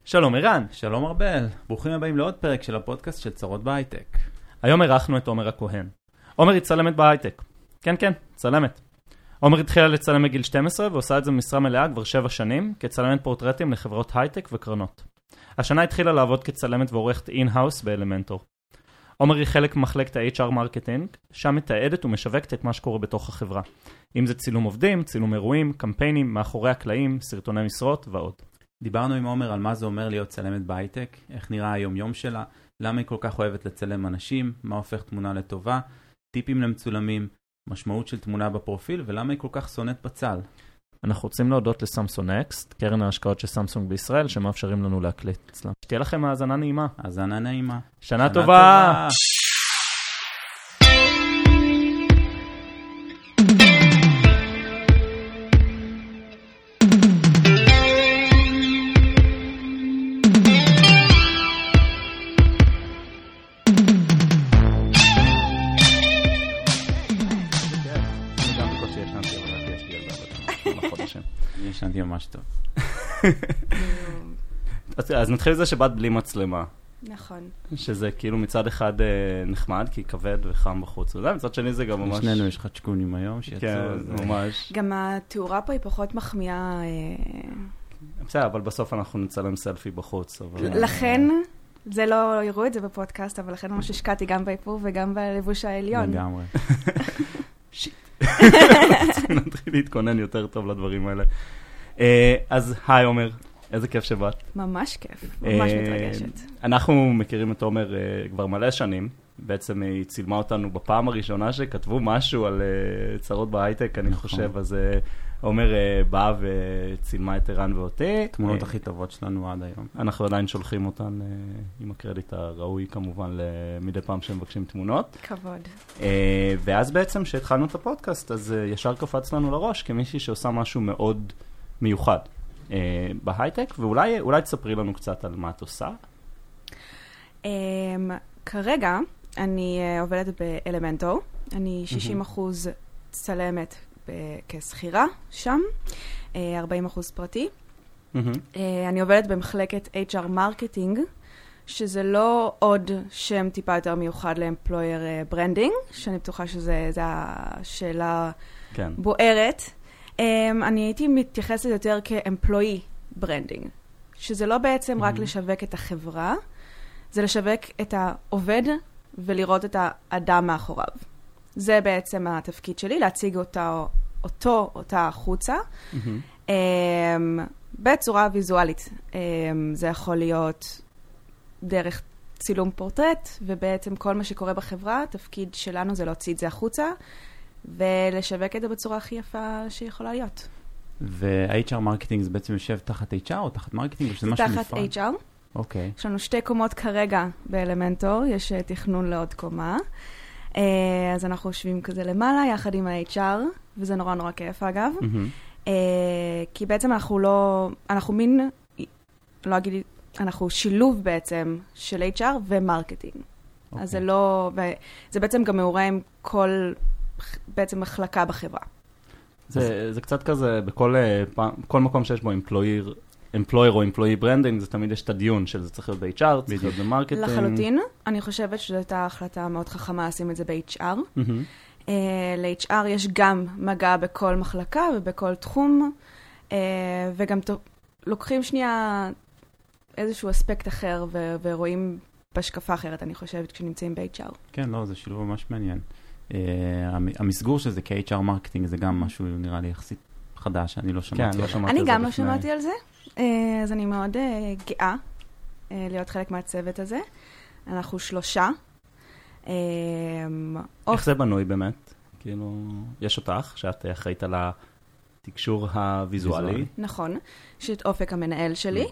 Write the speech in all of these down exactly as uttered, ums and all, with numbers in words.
שלום ערן. שלום ארבל, ברוכים הבאים לעוד פרק של הפודקאסט של צרות בהייטק. היום אירחנו את עומר הכהן. עומר היא צלמת בהייטק. כן, כן, צלמת. עומר התחילה לצלם בגיל שתים עשרה ועושה את זה במשרה מלאה כבר שבע שנים, כצלמת פורטרטים לחברות הייטק וקרנות. השנה התחילה לעבוד כצלמת ועורכת אין-האוס באלמנטור. עומר היא חלק ממחלקת ה-אייץ' אר מרקטינג, שם מתעדת ומשווקת את מה שקורה בתוך החברה. אם זה צילום עובדים, צילום אירועים, קמפיינים, מאחורי הקלעים, סרטוני משרות ועוד. דיברנו עם עומר על מה זה אומר להיות צלמת בהייטק, איך נראה היום-יום שלה, למה היא כל כך אוהבת לצלם אנשים, מה הופך תמונה לטובה, טיפים למצולמים, משמעות של תמונה בפרופיל, ולמה היא כל כך שונאת בצל. אנחנו רוצים להודות לסמסונג נקסט, קרן ההשקעות של סמסונג בישראל, שמאפשרים לנו להקליט אצלם. שתהיה לכם האזנה נעימה. האזנה נעימה. שנה, שנה טובה. טובה. ישנתי ממש טוב. אז נתחיל לזה שבאת בלי מצלמה. נכון. שזה כאילו מצד אחד נחמד, כי כבד וחם בחוץ. מצד שני זה גם ממש... שנינו יש חדשקונים היום שיצאו. כן, ממש. גם התאורה פה היא פחות מחמיאה. בסדר, אבל בסוף אנחנו נצלם סלפי בחוץ. לכן, זה לא יראו את זה בפודקאסט, אבל לכן ממש השקעתי גם באיפור וגם בלבוש העליון. לגמרי. שיט. נתחיל להתכונן יותר טוב לדברים האלה. אז היי עומר, איזה כיף שבאת. ממש כיף, ממש מתרגשת. אנחנו מכירים את עומר כבר מלא שנים, בעצם היא צילמה אותנו בפעם הראשונה שכתבו משהו על צרות בהייטק, אני חושב, אז עומר באה וצילמה את ערן ואותי. תמונות הכי טובות שלנו עד היום. אנחנו עדיין שולחים אותן עם הקרדיט הראוי כמובן מדי פעם שמבקשים תמונות. כבוד. ואז בעצם שהתחלנו את הפודקאסט, אז ישר קפץ לנו לראש כמישהי שעושה משהו מאוד מיוחד בהייטק, ואולי אולי תספרי לנו קצת על מה את עושה. כרגע אני עובדת באלמנטור, אני שישים אחוז צלמת כסחירה שם, ארבעים אחוז פרטי. אני עובדת במחלקת אייץ' אר מרקטינג, שזה לא עוד שם טיפה יותר מיוחד לאמפלויר ברנדינג, שאני בטוחה שזו השאלה בוערת. אני הייתי מתייחסת יותר כאמפלואי ברנדינג, שזה לא בעצם רק לשווק את החברה, זה לשווק את העובד ולראות את האדם מאחוריו. זה בעצם התפקיד שלי, להציג אותו, אותו, אותה החוצה, mm-hmm. um, בצורה ויזואלית. Um, זה יכול להיות דרך צילום פורטרט, ובעצם כל מה שקורה בחברה, התפקיד שלנו זה להוציא את זה החוצה, ולשווק את זה בצורה הכי יפה שיכולה להיות. ו-אייץ' אר מרקטינג זה בעצם יושב תחת אייץ' אר או תחת מרקטינג? זה תחת אייץ' אר. אוקיי. יש לנו שתי קומות כרגע באלמנטור, יש תכנון לעוד קומה. אז אנחנו יושבים כזה למעלה, יחד עם ה-אייץ' אר, וזה נורא נורא כיף אגב. Mm-hmm. כי בעצם אנחנו לא, אנחנו מין, לא אגיד, אנחנו שילוב בעצם של אייץ' אר ומרקטינג. Okay. אז זה לא, זה בעצם גם מעורה עם כל, בעצם מחלקה בחברה. זה, זה קצת כזה, בכל כל מקום שיש בו אמפלויר, אמפלויר או אמפלואי ברנדינג, זה תמיד יש את הדיון של זה צריך להיות ב-אייץ' אר, צריך להיות במרקטינג. לחלוטין, אני חושבת שזו הייתה החלטה מאוד חכמה לשים את זה ב-אייץ' אר. Mm-hmm. Uh, ל-אייץ' אר יש גם מגע בכל מחלקה ובכל תחום, uh, וגם ת... לוקחים שנייה איזשהו אספקט אחר ו- ורואים בשקפה אחרת, אני חושבת, כשנמצאים ב-אייץ' אר. כן, לא, זה שילוב ממש מעניין. Uh, המסגור של זה כ-אייץ' אר מרקטינג זה גם משהו נראה לי יחסית חדש, אני לא שמעתי. כן, לא שמעתי אני גם לא שמעתי על זה. אז אני מאוד גאה להיות חלק מהצוות הזה. אנחנו שלושה. איך זה בנוי באמת? כאילו, יש אותך, שאת אחראית על התקשור הוויזואלי. נכון, יש את אופק המנהל שלי,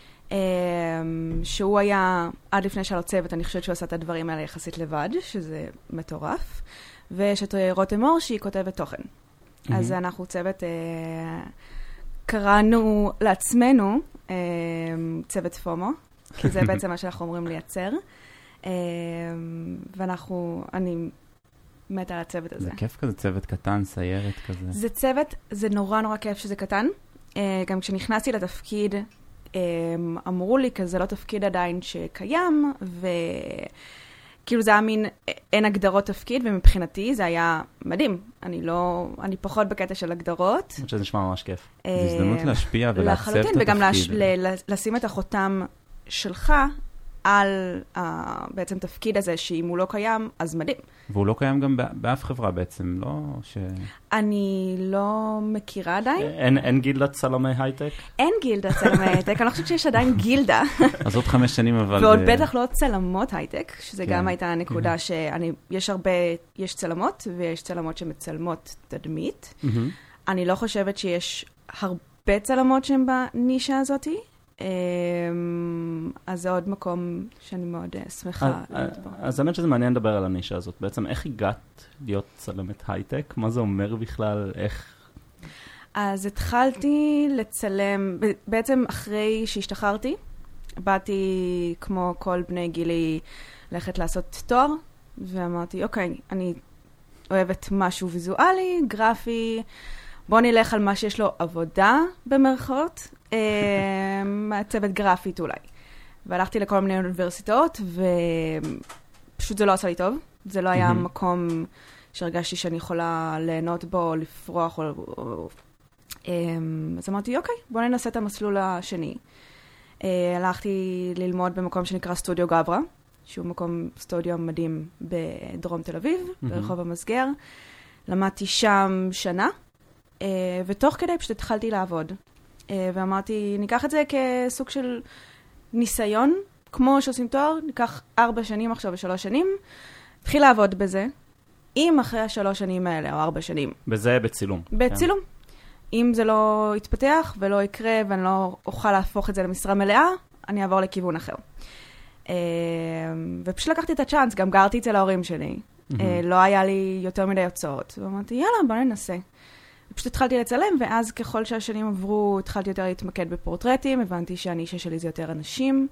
שהוא היה, עד לפני שהיה לו צוות, אני חושבת שהוא עשה את הדברים האלה יחסית לבד, שזה מטורף. ויש את רותם אור, שהיא כותבת תוכן. אז אנחנו צוות... קראנו לעצמנו צוות פומו, כי זה בעצם מה שאנחנו אומרים לייצר, ואנחנו, אני מתה על הצוות הזה. זה כיף כזה, צוות קטן, סיירת כזה. זה צוות, זה נורא נורא כיף שזה קטן. גם כשנכנסתי לתפקיד, אמרו לי, כי זה לא תפקיד עדיין שקיים, וכאילו זה היה מין, אין הגדרות תפקיד, ומבחינתי זה היה מדהים. אני לא, אני פחות בקטע של הגדרות. שזה נשמע ממש כיף. זו הזדמנות להשפיע ולעצב את התפקיד. וגם לשים את החותם שלך על בעצם תפקיד הזה, שאם הוא לא קיים, אז מדהים. והוא לא קיים גם באף חברה בעצם, לא ש... אני לא מכירה עדיין. אין, אין גילדת צלמי הייטק? אין גילדת צלמי הייטק, אני לא חושבת שיש עדיין גילדה. אז עוד חמש שנים אבל... ועוד בטח לא צלמות הייטק, שזה גם הייתה הנקודה שאני, יש הרבה, יש צלמות, ויש צלמות שמצלמות תדמית. אני לא חושבת שיש הרבה צלמות שהן בנישה הזאתי. אז זה עוד מקום שאני מאוד שמחה. אז האמת שזה מעניין לדבר על הנישה הזאת. בעצם איך הגעת להיות צלמת הייטק? מה זה אומר בכלל? איך... אז התחלתי לצלם, בעצם אחרי שהשתחררתי, באתי כמו כל בני גילי ללכת לעשות תואר, ואמרתי, אוקיי, אני אוהבת משהו ויזואלי, גרפי, בוא נלך על מה שיש לו עבודה במרכאות, צוות גרפית אולי. והלכתי לכל מיני אוניברסיטאות, ופשוט זה לא עשה לי טוב. זה לא היה מקום שהרגשתי שאני יכולה ליהנות בו, לפרוח. אז אמרתי, אוקיי, בוא ננסה את המסלול השני. הלכתי ללמוד במקום שנקרא סטודיו גברה, שהוא מקום סטודיו מדהים בדרום תל אביב, ברחוב המסגר. למדתי שם שנה, ותוך כדי פשוט התחלתי לעבוד. ואמרתי, ניקח את זה כסוג של ניסיון, כמו שעושים תואר, ניקח ארבע שנים עכשיו ושלוש שנים, התחיל לעבוד בזה, אם אחרי השלוש שנים האלה, או ארבע שנים. בזה בצילום. בצילום. אם זה לא יתפתח ולא יקרה, ואני לא אוכל להפוך את זה למשרה מלאה, אני אעבור לכיוון אחר. ופשוט לקחתי את הצ'אנס, גם גרתי אצל ההורים שלי. לא היה לי יותר מדי הוצאות. ואמרתי, יאללה, בוא ננסה. פשוט התחלתי לצלם, ואז ככל שהשנים עברו, התחלתי יותר להתמקד בפורטרטים, הבנתי שהנישה שלי זה יותר אנשים.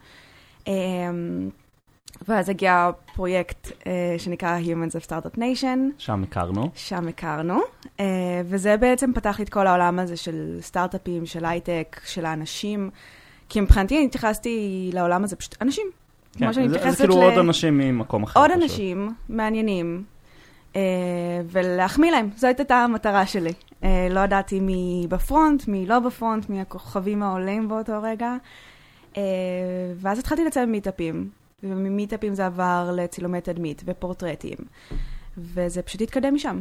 ואז הגיע פרויקט שנקרא Humans of Startup Nation. שם הכרנו. שם הכרנו. וזה בעצם פתח לי את כל העולם הזה של סטארט-אפים, של הייטק, של האנשים. כי מבחינתי אני התייחסתי לעולם הזה פשוט אנשים. כן, זה, זה כאילו ל... עוד אנשים ממקום אחר. עוד פשוט. אנשים מעניינים. ולהחמיא להם, זו הייתה המטרה שלי. לא ידעתי מי בפרונט, מי לא בפרונט, מי הכוכבים העולים באותו רגע. ואז התחלתי לצלם מיטאפים, וממיטאפים זה עבר לצילומי תדמית ופורטרטים, וזה פשוט התקדם משם.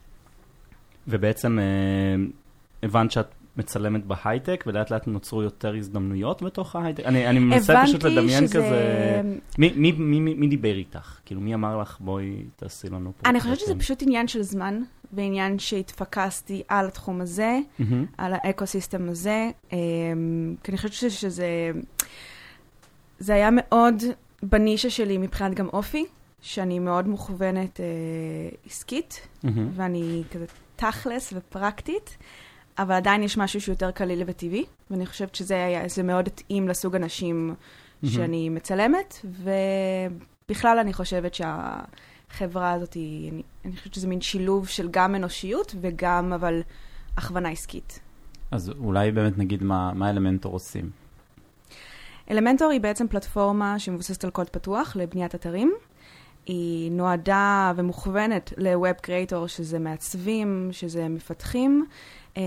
ובעצם הבנת שאת מצלמת בהייטק, ולאט לאט נוצרו יותר הזדמנויות בתוך ההייטק. אני, אני מנסה פשוט לדמיין שזה... כזה... מי, מי, מי, מי, מי דיבר איתך? כאילו, מי אמר לך, בואי תעשי לנו פורטרטים? אני חושבת שזה פשוט עניין של זמן, ועניין שהתפקסתי על התחום הזה, mm-hmm. על האקוסיסטם הזה, כי אני חושבת שזה... זה היה מאוד בנישה שלי מבחינת גם אופי, שאני מאוד מוכוונת אה, עסקית, mm-hmm. ואני כזה תכלס ופרקטית, אבל עדיין יש משהו שיותר קליל וטבעי, ואני חושבת שזה היה, זה מאוד התאים לסוג אנשים mm-hmm. שאני מצלמת, ובכלל אני חושבת שהחברה הזאת, אני, אני חושבת שזה מין שילוב של גם אנושיות, וגם אבל הכוונה עסקית. אז אולי באמת נגיד מה, מה אלמנטור עושים? אלמנטור היא בעצם פלטפורמה שמבוססת על קוד פתוח לבניית אתרים. היא נועדה ומוכוונת ל-Web Creator, שזה מעצבים, שזה מפתחים, אה,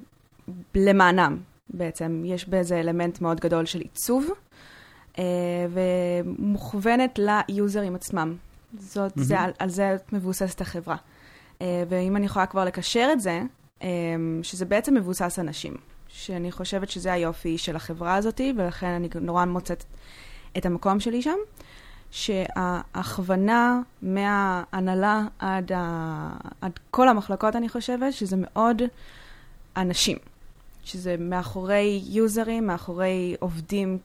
למענם בעצם. יש באיזה אלמנט מאוד גדול של עיצוב, אה, ומוכוונת ליוזרים עצמם. זאת, mm-hmm. זה, על, על זה מבוססת החברה. אה, ואם אני יכולה כבר לקשר את זה, אה, שזה בעצם מבוסס אנשים. שאני חושבת שזה היופי של החברה הזאת, ולכן אני נורא מוצאת את המקום שלי שם. שההכוונה מההנהלה עד, ה... עד כל המחלקות, אני חושבת, שזה מאוד אנשים. שזה מאחורי יוזרים, מאחורי עובדים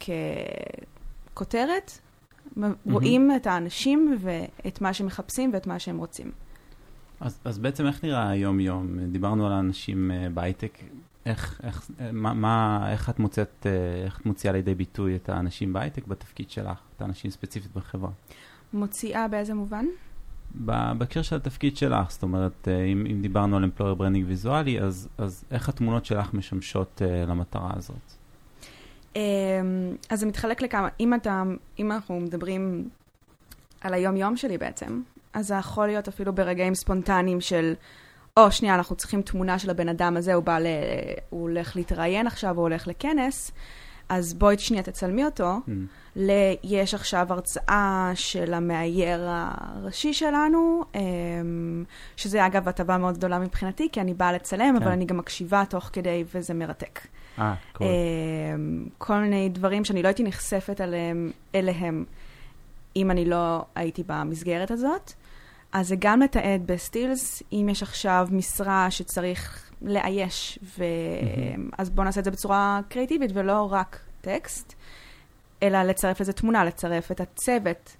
ככותרת, mm-hmm. רואים את האנשים ואת מה שמחפשים ואת מה שהם רוצים. אז, אז בעצם איך נראה היום-יום? דיברנו על האנשים בהייטק. איך, איך, מה, מה, איך את מוצאת, איך את מוציאה לידי ביטוי את האנשים בהייטק בתפקיד שלך, את האנשים ספציפית בחברה? מוציאה באיזה מובן? בהקשר של התפקיד שלך, זאת אומרת, אם, אם דיברנו על employer branding ויזואלי, אז, אז איך התמונות שלך משמשות uh, למטרה הזאת? אז זה מתחלק לכמה, אם אתה, אם אנחנו מדברים על היום-יום שלי בעצם, אז זה יכול להיות אפילו ברגעים ספונטניים של, או שנייה, אנחנו צריכים תמונה של הבן אדם הזה, הוא בא ל... הוא הולך להתראיין עכשיו, הוא הולך לכנס, אז בואי שנייה תצלמי אותו. Mm. ל... יש עכשיו הרצאה של המאייר הראשי שלנו, שזה אגב הטבה מאוד גדולה מבחינתי, כי אני באה לצלם, כן. אבל אני גם מקשיבה תוך כדי, וזה מרתק. אה, קול. כל מיני דברים שאני לא הייתי נחשפת עליהם, אליהם, אם אני לא הייתי במסגרת הזאת. אז זה גם לתעד בסטילס, אם יש עכשיו משרה שצריך לאייש, ו... mm-hmm. אז בואו נעשה את זה בצורה קריאטיבית, ולא רק טקסט, אלא לצרף לזה תמונה, לצרף את הצוות,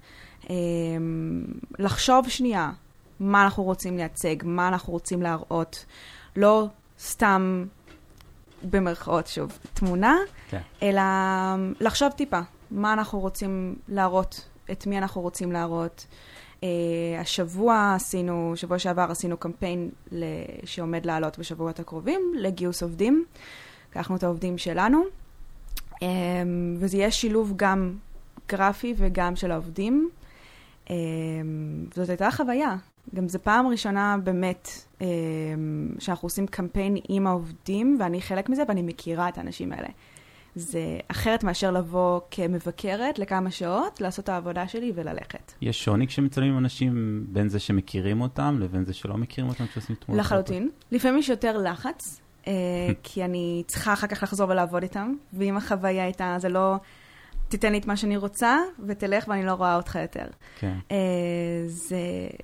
לחשוב שנייה מה אנחנו רוצים לייצג, מה אנחנו רוצים להראות, לא סתם במרכאות שוב תמונה, okay. אלא לחשוב טיפה, מה אנחנו רוצים להראות, את מי אנחנו רוצים להראות. Uh, השבוע עשינו, שבוע שעבר עשינו קמפיין שעומד לעלות בשבועות הקרובים, לגיוס עובדים. לקחנו את העובדים שלנו, um, וזה יהיה שילוב גם גרפי וגם של העובדים. Um, זאת הייתה חוויה. גם זו פעם ראשונה באמת um, שאנחנו עושים קמפיין עם העובדים, ואני חלק מזה, ואני מכירה את האנשים האלה. זה אחרת מאשר לבוא כמבקרת לכמה שעות, לעשות את העבודה שלי וללכת. יש שוני כשמצלמים אנשים בין זה שמכירים אותם לבין זה שלא מכירים אותם כשעושים תמונות? לחלוטין. לפעמים יש יותר לחץ, כי אני צריכה אחר כך לחזור ולעבוד איתם, ואם החוויה איתה זה לא תיתן לי את מה שאני רוצה ותלך ואני לא רואה אותך יותר. כן. זה,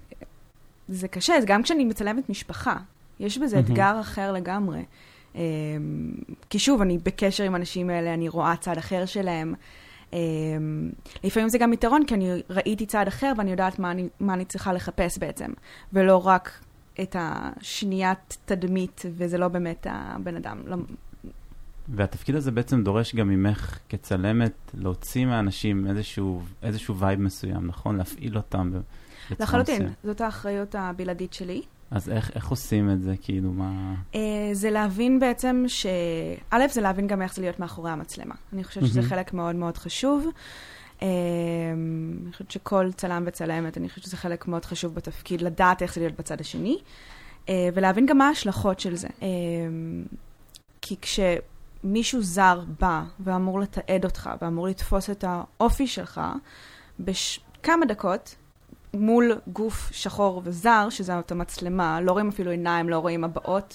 זה קשה, גם כשאני מצלמת משפחה, יש בזה אתגר אחר לגמרי. כי שוב, אני בקשר עם אנשים האלה, אני רואה צד אחר שלהם. לפעמים זה גם יתרון, כי אני ראיתי צד אחר, ואני יודעת מה אני, מה אני צריכה לחפש בעצם, ולא רק את השניית תדמית, וזה לא באמת הבן אדם. לא... והתפקיד הזה בעצם דורש גם ממך כצלמת, להוציא מאנשים איזשהו, איזשהו וייב מסוים, נכון? להפעיל אותם. לחלוטין, זאת האחריות הבלעדית שלי. אז איך, איך עושים את זה? כאילו, מה... זה להבין בעצם ש... א', זה להבין גם איך זה להיות מאחורי המצלמה. אני חושבת שזה חלק מאוד מאוד חשוב. אני חושבת שכל צלם וצלמת, אני חושבת שזה חלק מאוד חשוב בתפקיד, לדעת איך זה להיות בצד השני, ולהבין גם מה ההשלכות של זה. כי כשמישהו זר בא ואמור לתעד אותך, ואמור לתפוס את האופי שלך, בכמה דקות, מול גוף שחור וזר, שזה אותה מצלמה, לא רואים אפילו עיניים, לא רואים הבאות,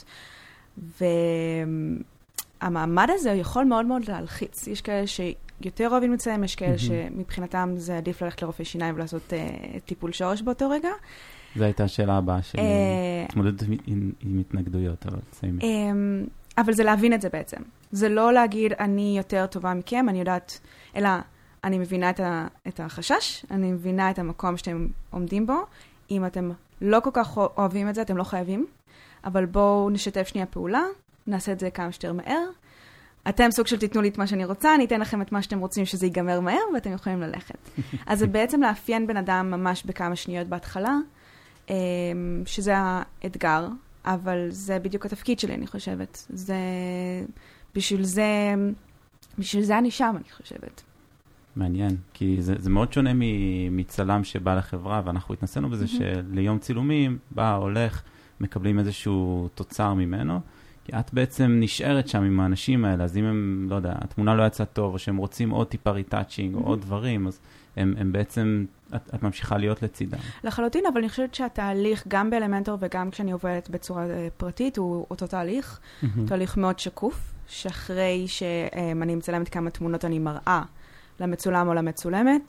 והמעמד הזה יכול מאוד מאוד להלחיץ. יש כאלה שיותר אוהבים לצלם, יש כאלה שמבחינתם זה עדיף ללכת לרופא שיניים ולעשות טיפול שורש באותו רגע. זו הייתה השאלה הבאה שלי, התמודדת עם התנגדויות, אבל תסיימי. אבל זה להבין את זה בעצם. זה לא להגיד, אני יותר טובה מכם, אני יודעת, אלא... אני מבינה את, ה, את החשש, אני מבינה את המקום שאתם עומדים בו. אם אתם לא כל כך אוהבים את זה, אתם לא חייבים, אבל בואו נשתף שנייה פעולה, נעשה את זה כמה שיותר מהר. אתם סוג של תיתנו לי את מה שאני רוצה, אני אתן לכם את מה שאתם רוצים שזה ייגמר מהר, ואתם יכולים ללכת. אז זה בעצם לאפיין בן אדם ממש בכמה שניות בהתחלה, שזה האתגר, אבל זה בדיוק התפקיד שלי, אני חושבת. זה, בשביל זה, בשביל זה אני שם, אני חושבת. מעניין, כי זה, זה מאוד שונה מצלם שבא לחברה, ואנחנו התנסינו בזה שליום צילומים, בא, הולך, מקבלים איזשהו תוצר ממנו, כי את בעצם נשארת שם עם האנשים האלה, אז אם הם, לא יודע, התמונה לא יצאה טוב, או שהם רוצים עוד טיפה ריטאצ'ינג, או עוד דברים, אז הם, הם בעצם, את, את ממשיכה להיות לצידם. לחלוטין, אבל אני חושבת שהתהליך, גם באלמנטור וגם כשאני עובדת בצורה פרטית, הוא אותו תהליך, תהליך מאוד שקוף, שאחרי שאני מצלמת כמה תמונות אני מראה, למצולם או למצולמת.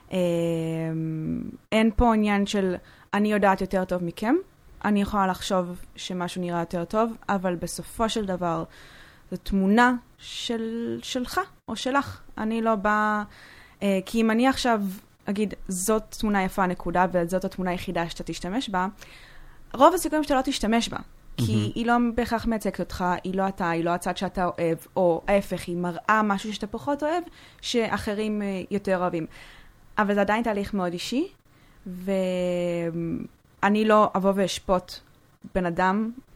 אין פה עניין של אני יודעת יותר טוב מכם, אני יכולה לחשוב שמשהו נראה יותר טוב, אבל בסופו של דבר זו תמונה של, שלך או שלך. אני לא באה, כי אם אני עכשיו אגיד זאת תמונה יפה נקודה וזאת התמונה היחידה שאתה תשתמש בה, רוב הסיכויים שאתה לא תשתמש בה. כי היא לא בהכרח מייצגת אותך, היא לא אתה, היא לא הצד שאתה אוהב, או ההפך, היא מראה משהו שאתה פחות אוהב, שאחרים יותר אוהבים. אבל זה עדיין תהליך מאוד אישי, ואני לא אבוא ואשפוט בן אדם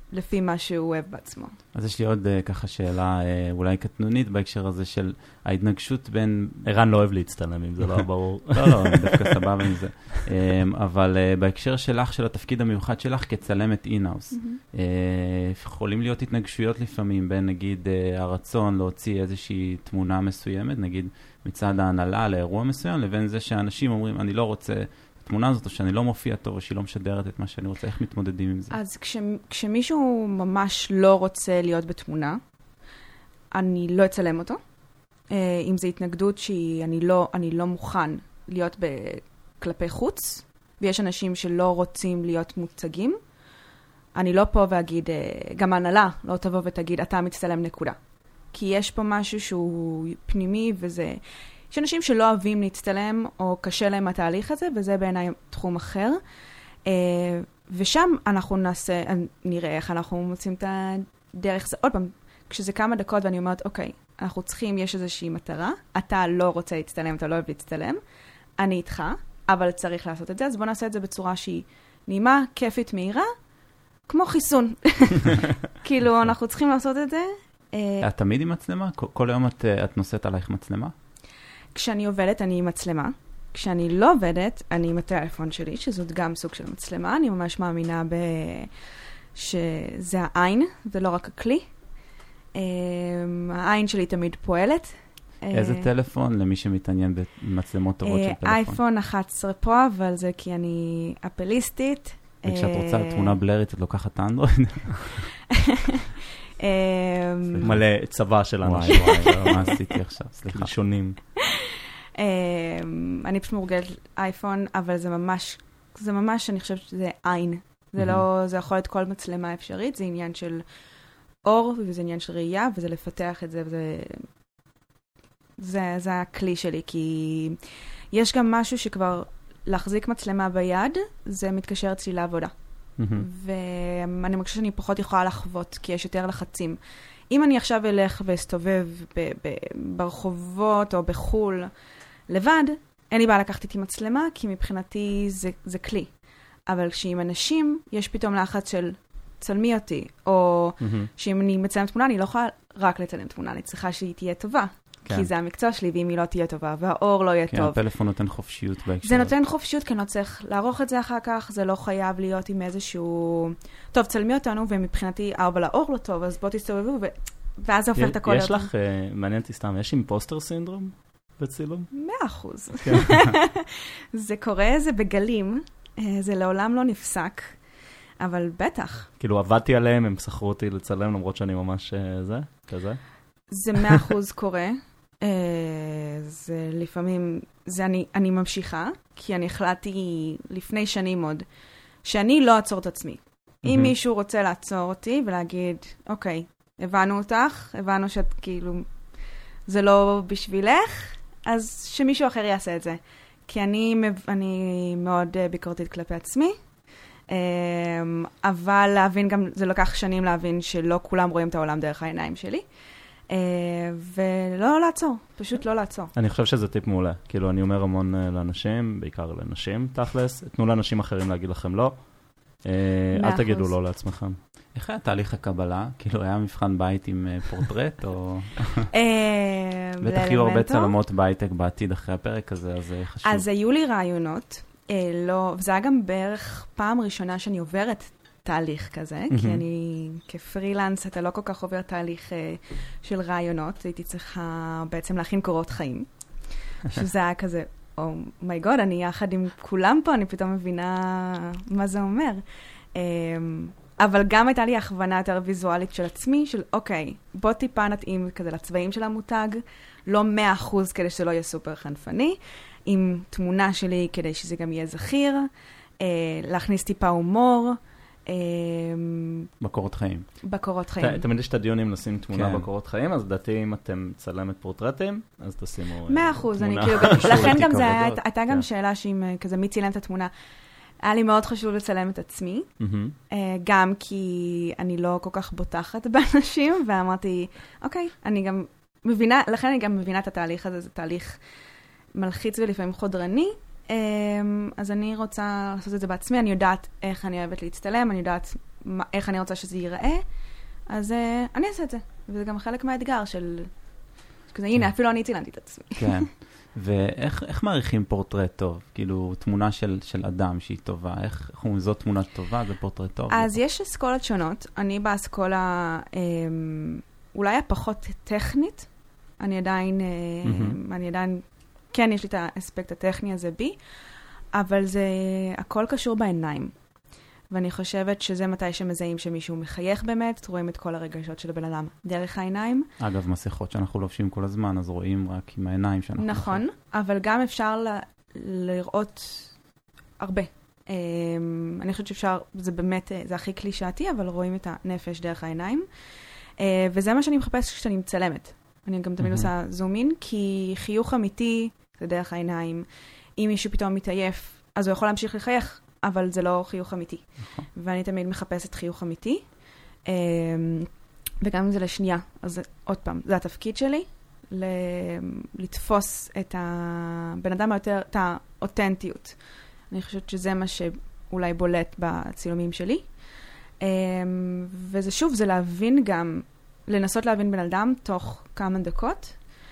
לפי מה שהוא אוהב בעצמו. אז יש לי עוד uh, ככה שאלה uh, אולי קטנונית בהקשר הזה של ההתנגשות בין... ערן לא אוהב להצטלם, אם זה לא ברור. לא, לא, אני דווקא סבבה עם זה. Um, אבל uh, בהקשר שלך, של התפקיד המיוחד שלך כצלמת אינאוס, mm-hmm. uh, יכולים להיות התנגשויות לפעמים בין נגיד uh, הרצון להוציא איזושהי תמונה מסוימת, נגיד מצד ההנהלה לאירוע מסוים, לבין זה שאנשים אומרים, אני לא רוצה... התמונה הזאת, או שאני לא מופיע טוב, או שהיא לא משדרת את מה שאני רוצה, איך מתמודדים עם זה? אז כש, כשמישהו ממש לא רוצה להיות בתמונה, אני לא אצלם אותו. אם זו התנגדות שאני לא, אני לא מוכן להיות כלפי חוץ, ויש אנשים שלא רוצים להיות מוצגים, אני לא פה ואגיד, גם ההנהלה לא תבוא ותגיד, אתה מצטלם נקודה. כי יש פה משהו שהוא פנימי, וזה... יש אנשים שלא אוהבים להצטלם, או קשה להם התהליך הזה, וזה בעיניי תחום אחר. ושם אנחנו נעשה, נראה איך אנחנו מוצאים את הדרך. עוד פעם, כשזה כמה דקות ואני אומרת, אוקיי, אנחנו צריכים, יש איזושהי מטרה, אתה לא רוצה להצטלם, אתה לא אוהב להצטלם, אני איתך, אבל צריך לעשות את זה, אז בוא נעשה את זה בצורה שהיא נעימה, כיפית, מהירה, כמו חיסון. כאילו, אנחנו צריכים לעשות את זה. את תמיד עם מצלמה? כל היום את, את נושאת עלייך מצלמה? כשאני עובדת, אני עם מצלמה. כשאני לא עובדת, אני עם הטלפון שלי, שזאת גם סוג של מצלמה. אני ממש מאמינה ב... שזה העין, זה לא רק הכלי. העין שלי תמיד פועלת. איזה טלפון למי שמתעניין במצלמות טובות של טלפון? אייפון אחת עשרה פה, אבל זה כי אני אפליסטית. וכשאת רוצה תמונה בלרית, את לוקחת אנדרואיד? מלא צבא של אנשים. וואי, וואי, מה עשיתי עכשיו? סליחה. שונים. אני פשוט מורגלת אייפון, אבל זה ממש, זה ממש, אני חושבת שזה עין. זה לא, זה יכול להיות כל מצלמה אפשרית, זה עניין של אור, וזה עניין של ראייה, וזה לפתח את זה, וזה, זה, זה הכלי שלי, כי יש גם משהו שכבר להחזיק מצלמה ביד, זה מתקשר אצלי לעבודה. ואני מרגישה שאני פחות יכולה לחוות, כי יש יותר לחצים. אם אני עכשיו אלך ואסתובב ב- ב- ברחובות או בחול לבד, אין לי בעיה לקחת איתי מצלמה, כי מבחינתי זה, זה כלי. אבל כשעם אנשים, יש פתאום לחץ של צלמי אותי, או mm-hmm. שאם אני מצלם תמונה, אני לא יכולה רק לצלם תמונה, אני צריכה שהיא תהיה טובה. כן. כי זה המקצוע שלי, ואם היא לא תהיה טובה, והאור לא יהיה כן, טוב. כן, הפלאפון נותן חופשיות בהקשר. זה נותן חופשיות, כי אני לא צריך לערוך את זה אחר כך, זה לא חייב להיות עם איזשהו... טוב, צלמי אותנו, ומבחינתי, אבל האור לא טוב, אז בוא תסתובבו, ו... ואז זה הופך את הכל... יש לך, מעניין אותי סתם, יש אימפוסטר סינדרום בצילום? מאה אחוז. זה קורה, זה בגלים, זה לעולם לא נפסק, אבל בטח. כאילו, עבדתי עליהם, הם שכרו אותי לצלם, למרות שאני ממש זה, כזה? זה מאה אחוז קורה. זה לפעמים, זה אני, אני ממשיכה, כי אני החלטתי לפני שנים עוד, שאני לא אעצור את עצמי. Mm-hmm. אם מישהו רוצה לעצור אותי ולהגיד, אוקיי, הבנו אותך, הבנו שאת כאילו, זה לא בשבילך, אז שמישהו אחר יעשה את זה. כי אני, אני מאוד ביקורתית כלפי עצמי, אבל להבין גם, זה לקח שנים להבין שלא כולם רואים את העולם דרך העיניים שלי. ולא לעצור, פשוט לא לעצור. אני חושב שזה טיפ מעולה. כאילו, אני אומר המון לאנשים, בעיקר לנשים, תכלס, תנו לאנשים אחרים להגיד לכם לא. אל תגידו לא לעצמכם. איך היה תהליך הקבלה? כאילו, היה מבחן בית עם פורטרט, או... בטח יהיו הרבה צלמות בהייטק בעתיד אחרי הפרק הזה, אז זה חשוב. אז היו לי רעיונות, וזה היה גם בערך פעם ראשונה שאני עוברת תהליך כזה, כי אני כפרילנס, אתה לא כל כך עובר תהליך של רעיונות, הייתי צריכה בעצם להכין קורות חיים, שזה היה כזה, אומייגוד, אני יחד עם כולם פה, אני פתאום מבינה מה זה אומר. אבל גם הייתה לי הכוונה יותר ויזואלית של עצמי, של אוקיי, בוא טיפה נתאים כזה לצבעים של המותג, לא מאה אחוז כדי שזה לא יהיה סופר חנפני, עם תמונה שלי כדי שזה גם יהיה זכיר, להכניס טיפה הומור, בקורות חיים. בקורות חיים. תמיד יש את הדיונים לשים תמונה בקורות חיים, אז דעתי אם אתם צלמת פורטרטים, אז תשימו... מאה אחוז, אני כאילו... לכן גם זה הייתה גם שאלה שאם כזה מי צילם את התמונה. היה לי מאוד חשוב לצלם את עצמי, גם כי אני לא כל כך בוטחת באנשים, ואמרתי, אוקיי, אני גם מבינה, לכן אני גם מבינה את התהליך הזה, זה תהליך מלחיץ ולפעמים חודרני, אז אני רוצה לעשות את זה בעצמי, אני יודעת איך אני אוהבת להצטלם, אני יודעת מה, איך אני רוצה שזה ייראה, אז uh, אני אעשה את זה. וזה גם חלק מהאתגר של... כזה, הנה, אפילו אני צילנתי את עצמי. כן. ואיך איך מעריכים פורטרט טוב? כאילו, תמונה של, של אדם שהיא טובה. איך אומרים, זאת תמונה טובה, זה פורטרט טוב? אז יש אסכולות שונות. אני באסכולה אה, אולי הפחות טכנית. אני עדיין, אה, mm-hmm. אני עדיין, כן, יש לי את האספקט הטכני הזה בי, אבל זה הכל קשור בעיניים. ואני חושבת שזה מתי שמזהים שמישהו מחייך באמת, רואים את כל הרגשות של הבן אדם דרך העיניים. אגב, מסכות שאנחנו לובשים כל הזמן, אז רואים רק עם העיניים שאנחנו... נכון, מחייך. אבל גם אפשר ל- לראות הרבה. אני חושבת שאפשר, זה באמת, זה הכי קלישאתי, אבל רואים את הנפש דרך העיניים. וזה מה שאני מחפשת כשאני מצלמת. אני גם תמיד עושה זומין, כי חיוך אמיתי זה דרך העיניים. אם מישהו פתאום מתעייף, אז הוא יכול להמשיך לחייך. אבל זה לא חיוך אמיתי. ואני תמיד מחפשת חיוך אמיתי. וגם אם זה לשנייה. אז עוד פעם, זה התפקיד שלי, לתפוס את הבן אדם היותר, את האותנטיות. אני חושבת שזה מה שאולי בולט בצילומים שלי. וזה שוב, זה להבין גם, לנסות להבין בן אדם תוך כמה דקות,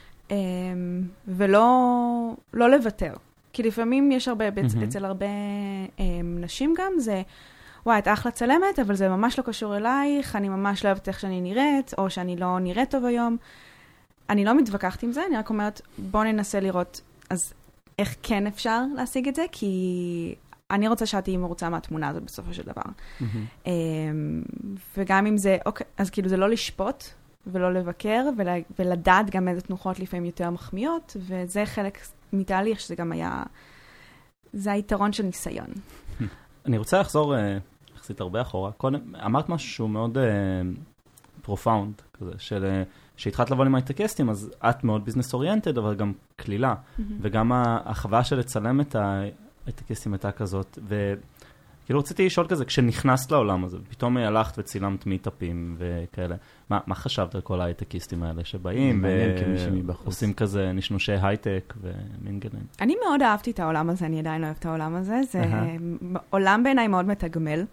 ולא לא לוותר. כי לפעמים יש הרבה, mm-hmm. אצל הרבה אה, נשים גם, זה, וואי, את אחלה צלמת, אבל זה ממש לא קשור אלייך, אני ממש לא אוהבת איך שאני נראית, או שאני לא נראית טוב היום. אני לא מתווכחת עם זה, אני רק אומרת, בוא ננסה לראות, אז איך כן אפשר להשיג את זה, כי אני רוצה שאת תהיי מרוצה מהתמונה הזאת בסופו של דבר. Mm-hmm. אה, וגם אם זה, אוקיי, אז כאילו זה לא לשפוט, ולא לבקר, ול, ולדעת גם איזה תנוחות לפעמים יותר מחמיאות, וזה חלק... מתהליך שזה גם היה, זה היתרון של ניסיון. אני רוצה לחזור יחסית הרבה אחורה. קודם, אמרת משהו שהוא מאוד פרופאונד, כזה, של, שהתחלת לבוא עם הייטקיסטים, אז את מאוד ביזנס אוריינטד, אבל גם כלילה, וגם החוויה של לצלם את הייטקיסטים הייתה כזאת, וכאילו רציתי לשאול כזה, כשנכנסת לעולם הזה, פתאום הלכת וצילמת מיטאפים וכאלה, מה, מה חשבת על כל ההייטקיסטים האלה שבאים ועושים כזה נשנושי הייטק ומינגלים? אני מאוד אהבתי את העולם הזה, אני עדיין לא אוהבת את העולם הזה, זה עולם בעיניי מאוד מתגמל,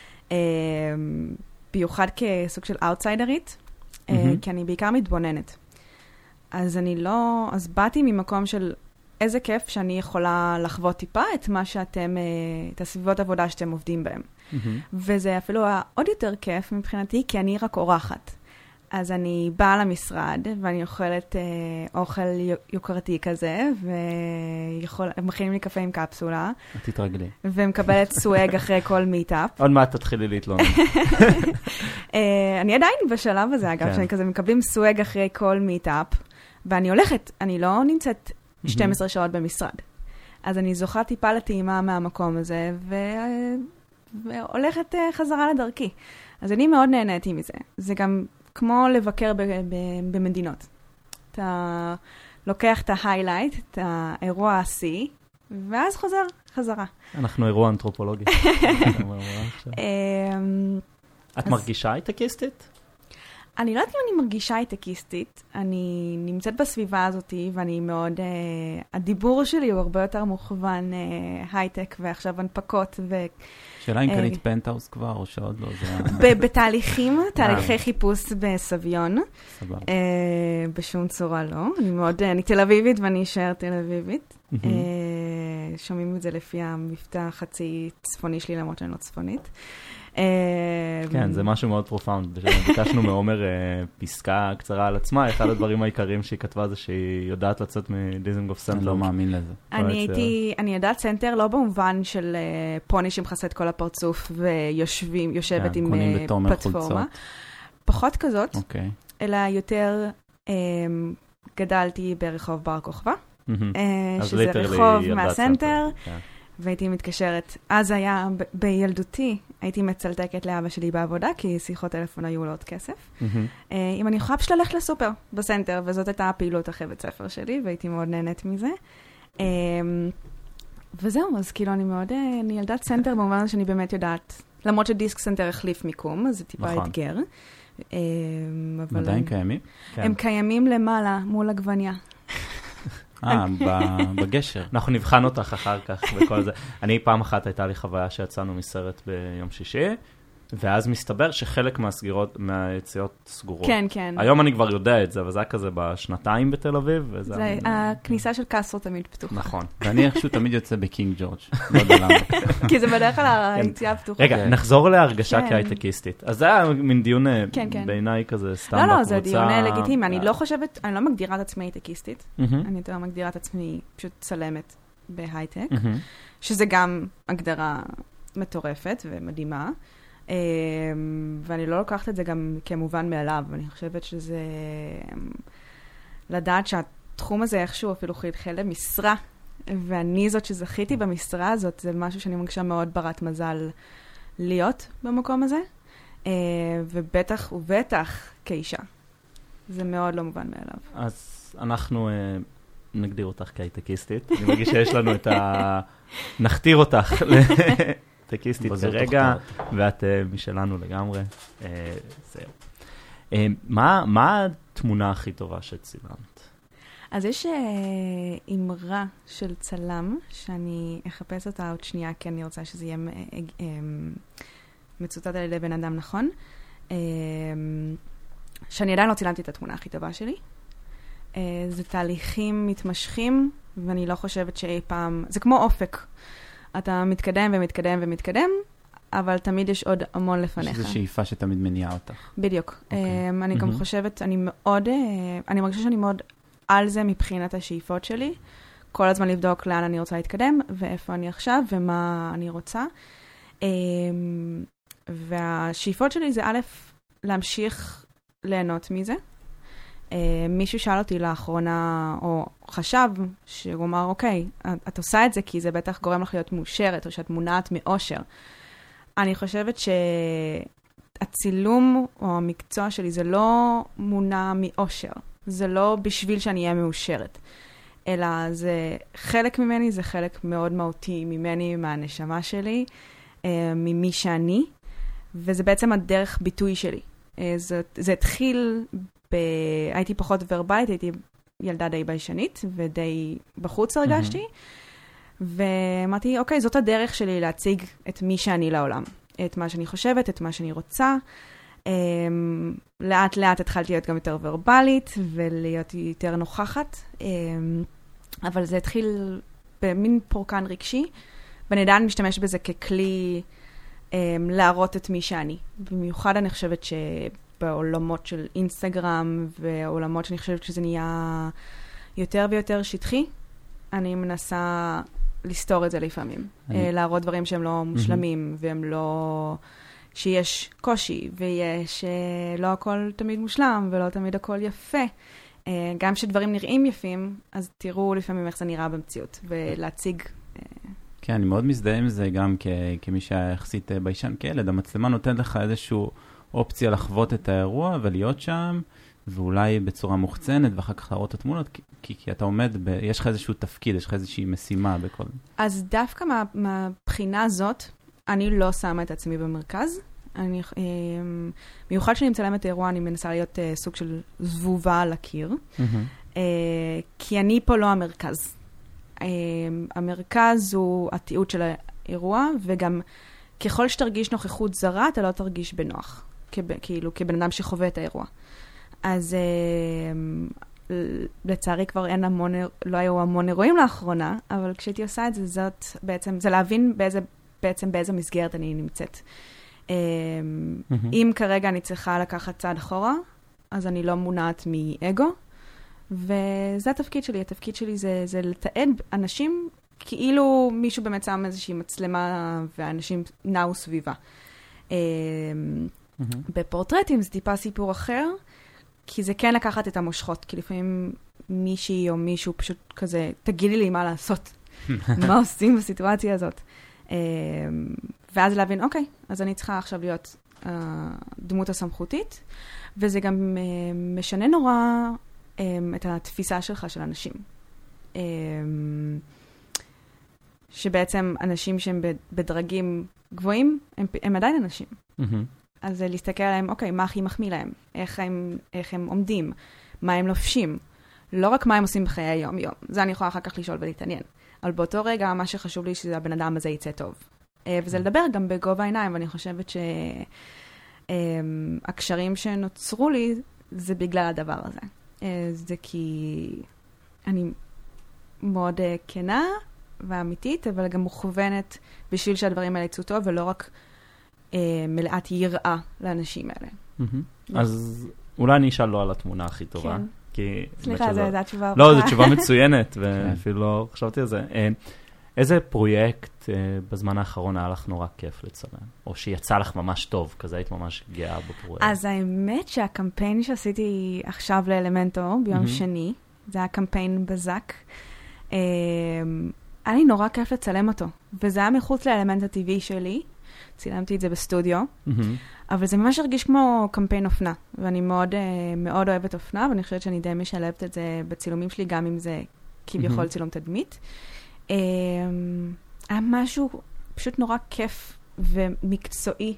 ביוחד כסוג של אאוטסיידרית, כי אני בעיקר מתבוננת. אז אני לא, אז באתי ממקום של איזה כיף שאני יכולה לחוות טיפה את מה שאתם, את הסביבות עבודה שאתם עובדים בהם. Mm-hmm. וזה אפילו עוד יותר כיף מבחינתי, כי אני רק אורחת. אז אני באה למשרד, ואני אוכלת אה, אוכל יוקרתי כזה, ומכינים לי קפה עם קפסולה. תתרגלי. ומקבלת סואג אחרי כל מיטאפ. עוד מעט תתחילי להתלונן. אה, אני עדיין בשלב הזה, אגב, כן. שאני כזה מקבלים סואג אחרי כל מיטאפ, ואני הולכת, אני לא נמצאת שתים עשרה שעות במשרד. אז אני זוכה טיפה לטעימה מהמקום הזה, ו... והולכת חזרה לדרכי. אז אני מאוד נהניתי מזה. זה גם כמו לבקר ב... ב... במדינות. אתה לוקח את ההיילייט, את האירוע ה-C, ואז חוזר, חזרה. אנחנו אירוע אנתרופולוגי. את מרגישה הייטקיסטית? אני לא יודעת אם אני מרגישה הייטקיסטית, אני נמצאת בסביבה הזאת, ואני מאוד, uh, הדיבור שלי הוא הרבה יותר מוכוון uh, הייטק, ועכשיו הנפקות. ו... שאלה אם קנית פנטהאוס כבר, או שעוד לא, זה... בתהליכים, תהליכי חיפוש בסביון. סבבה. Uh, בשום צורה לא. אני מאוד, אני תל אביבית, ואני אשאר תל אביבית. uh, שומעים את זה לפי המבטא החצי צפוני שלי, למרות שאני לא צפונית. כן, זה משהו מאוד פרופאונד. ביקשנו מעומר פסקה קצרה על עצמה, אחד הדברים העיקריים שהיא כתבה זה שהיא יודעת לצאת מדיזנגוף סנטר. אני לא מאמין לזה. אני הייתי, אני יודעת סנטר לא במובן של פוני שמכסה את כל הפרצוף ויושבת עם פלטפורמה. פחות כזאת, אלא יותר גדלתי ברחוב בר כוכבא, שזה רחוב מהסנטר. והייתי מתקשרת, אז היה ב- בילדותי, הייתי מצלתקת לאבא שלי בעבודה, כי שיחות טלפון היו לו עוד כסף. Mm-hmm. Uh, אם אני יכולה פשוט ללכת לסופר בסנטר, וזאת הייתה הפעילות אחרי בית ספר שלי, והייתי מאוד נהנית מזה. Uh, וזהו, אז כאילו אני מאוד, uh, אני ילדת סנטר במובן שאני באמת יודעת, למרות שדיסק סנטר החליף מיקום, אז זה טיפה נכון. אתגר. Uh, אבל עדיין הם, קיימים? הם קיימים למעלה, מול הגווניה. אה, בגשר. אנחנו נבחן אותך אחר כך וכל זה. אני פעם אחת הייתה לי חוויה שיצאנו מסרט ביום שישי, ואז מסתבר שחלק מהסגירות, מהיציאות סגורות. כן, כן. היום אני כבר יודע את זה, אבל זה היה כזה בשנתיים בתל אביב. וזה זה היה... הכניסה של קסטרו תמיד פתוחה. נכון. ואני איכשהו תמיד יוצא בקינג ג'ורג'. לא יודע למה. כי זה בדרך כלל היציאה פתוחה. רגע, נחזור להרגשה כן. כהייטקיסטית. אז זה היה מין דיון כן, כן. בעיניי כזה סתם לא, בקבוצה. לא, זה דיון לגיטימי. אני לא חושבת, אני לא מגדירה את עצמי הייטקיסטית. אני יותר מגדירה את עצמי פשוט צלמת בהייטק, שזה גם הגדרה מטורפת ומדהימה. ואני לא לוקחת את זה גם כמובן מאליו. אני חושבת שזה לדעת שהתחום הזה איכשהו אפילו חלחל למשרה, ואני זאת שזכיתי במשרה הזאת, זה משהו שאני מרגישה מאוד ברת מזל להיות במקום הזה, ובטח ובטח כאישה. זה מאוד לא מובן מאליו. אז אנחנו נגדיר אותך כהייטקיסטית. אני מרגיש שיש לנו את ה... נכתיר אותך להייטקיסטית כרגע, ואת משלנו לגמרי. זהו. מה התמונה הכי טובה שצילמת? אז יש אמרה של צלם, שאני אחפש אותה עוד שנייה, כי אני רוצה שזה יהיה מצוטט על ידי בן אדם נכון, שאני עדיין לא צילמתי את התמונה הכי טובה שלי. זה תהליכים מתמשכים, ואני לא חושבת שאי פעם... זה כמו אופק. אתה מתקדם ומתקדם ומתקדם, אבל תמיד יש עוד המון לפניך. יש איזו שאיפה שתמיד מניעה אותך. בדיוק. אני גם חושבת, אני מאוד... אני מרגישה שאני מאוד על זה מבחינת השאיפות שלי. כל הזמן לבדוק לאן אני רוצה להתקדם, ואיפה אני עכשיו, ומה אני רוצה. והשאיפות שלי זה א', להמשיך ליהנות מזה. Uh, מישהו שאל אותי לאחרונה, או חשב, שהוא אמר, אוקיי, את, את עושה את זה כי זה בטח גורם לך להיות מאושרת, או שאת מונעת מאושר. אני חושבת שהצילום או המקצוע שלי זה לא מונע מאושר. זה לא בשביל שאני אהיה מאושרת. אלא זה חלק ממני, זה חלק מאוד מהותי ממני, מהנשמה שלי, uh, ממי שאני, וזה בעצם הדרך ביטוי שלי. Uh, זה, זה התחיל... ב... הייתי פחות ורבלית, הייתי ילדה די ביישנית, ודי בחוץ הרגשתי, mm-hmm. ואמרתי, אוקיי, זאת הדרך שלי להציג את מי שאני לעולם. את מה שאני חושבת, את מה שאני רוצה. Um, לאט לאט התחלתי להיות גם יותר ורבלית, ולהיות יותר נוכחת. Um, אבל זה התחיל במין פורקן רגשי, ואני עדיין משתמש בזה ככלי um, להראות את מי שאני. במיוחד אני חושבת ש... בעולמות של אינסטגרם, ועולמות שאני חושבת שזה נהיה יותר ויותר שטחי, אני מנסה לסתור את זה לפעמים. אני... להראות דברים שהם לא מושלמים, mm-hmm. והם לא... שיש קושי, ויש לא הכל תמיד מושלם, ולא תמיד הכל יפה. גם כשדברים נראים יפים, אז תראו לפעמים איך זה נראה במציאות, ולהציג... כן, אני מאוד מזדהה עם זה גם כ... כמי שהיה יחסית ביישן כילד. המצלמה נותנת לך איזשהו... אופציה לחוות את האירוע ולהיות שם, ואולי בצורה מוחצנת, ואחר כך להראות את התמונות, כי, כי, כי אתה עומד, ב, יש לך איזשהו תפקיד, יש לך איזושהי משימה בכל... אז דווקא מה, מהבחינה הזאת, אני לא שמה את עצמי במרכז. אני, מיוחד שאני מצלמת אירוע, אני מנסה להיות סוג של זבובה על הקיר, mm-hmm. כי אני פה לא המרכז. המרכז הוא התיעוד של האירוע, וגם ככל שתרגיש נוכחות זרה, אתה לא תרגיש בנוח. כאילו, כבן אדם שחווה את האירוע. אז אה, לצערי כבר אין המון, לא היו המון אירועים לאחרונה, אבל כשהייתי עושה את זה, זאת בעצם, זה להבין באיזה, בעצם באיזה מסגרת אני נמצאת. אה, mm-hmm. אם כרגע אני צריכה לקחת צעד אחורה, אז אני לא מונעת מאגו, וזה התפקיד שלי. התפקיד שלי זה, זה לתעד אנשים, כאילו מישהו באמת שם איזושהי מצלמה, ואנשים נעו סביבה. אה, Mm-hmm. בפורטרטים זה טיפה סיפור אחר, כי זה כן לקחת את המושכות, כי לפעמים מישהי או מישהו פשוט כזה, תגידי לי מה לעשות, מה עושים בסיטואציה הזאת. ואז להבין, אוקיי, אז אני צריכה עכשיו להיות דמות הסמכותית, וזה גם משנה נורא את התפיסה שלך של אנשים. שבעצם אנשים שהם בדרגים גבוהים, הם, הם עדיין אנשים. Mm-hmm. אז להסתכל עליהם, אוקיי, מה הכי מחמיא להם? איך הם, איך הם עומדים? מה הם לובשים? לא רק מה הם עושים בחיי היום-יום. זה אני יכולה אחר כך לשאול ולהתעניין. אבל באותו רגע, מה שחשוב לי שזה הבן אדם הזה יצא טוב. וזה לדבר גם בגובה העיניים, ואני חושבת שהקשרים שנוצרו לי, זה בגלל הדבר הזה. זה כי אני מאוד כנה ואמיתית, אבל גם מוכוונת בשביל שהדברים האלה יצאו טוב, ולא רק מלאת יראה לאנשים האלה. אז אולי אני אשאל לא על התמונה הכי טובה. סליחה, זו התשובה. לא, זו תשובה מצוינת, ואפילו לא חשבתי על זה. איזה פרויקט בזמן האחרון היה לך נורא כיף לצלם? או שיצא לך ממש טוב, כזה היית ממש גאה בפרויקט? אז האמת שהקמפיין שעשיתי עכשיו לאלמנטו, ביום שני, זה היה קמפיין בזק, היה לי נורא כיף לצלם אותו, וזה היה מחוץ לאלמנט הטבעי שלי, צילמתי את זה בסטודיו, אבל זה ממש הרגיש כמו קמפיין אופנה, ואני מאוד, מאוד אוהבת אופנה, ואני חושבת שאני די משלבת את זה בצילומים שלי, גם אם זה כביכול צילום תדמית. היה משהו פשוט נורא כיף ומקצועי,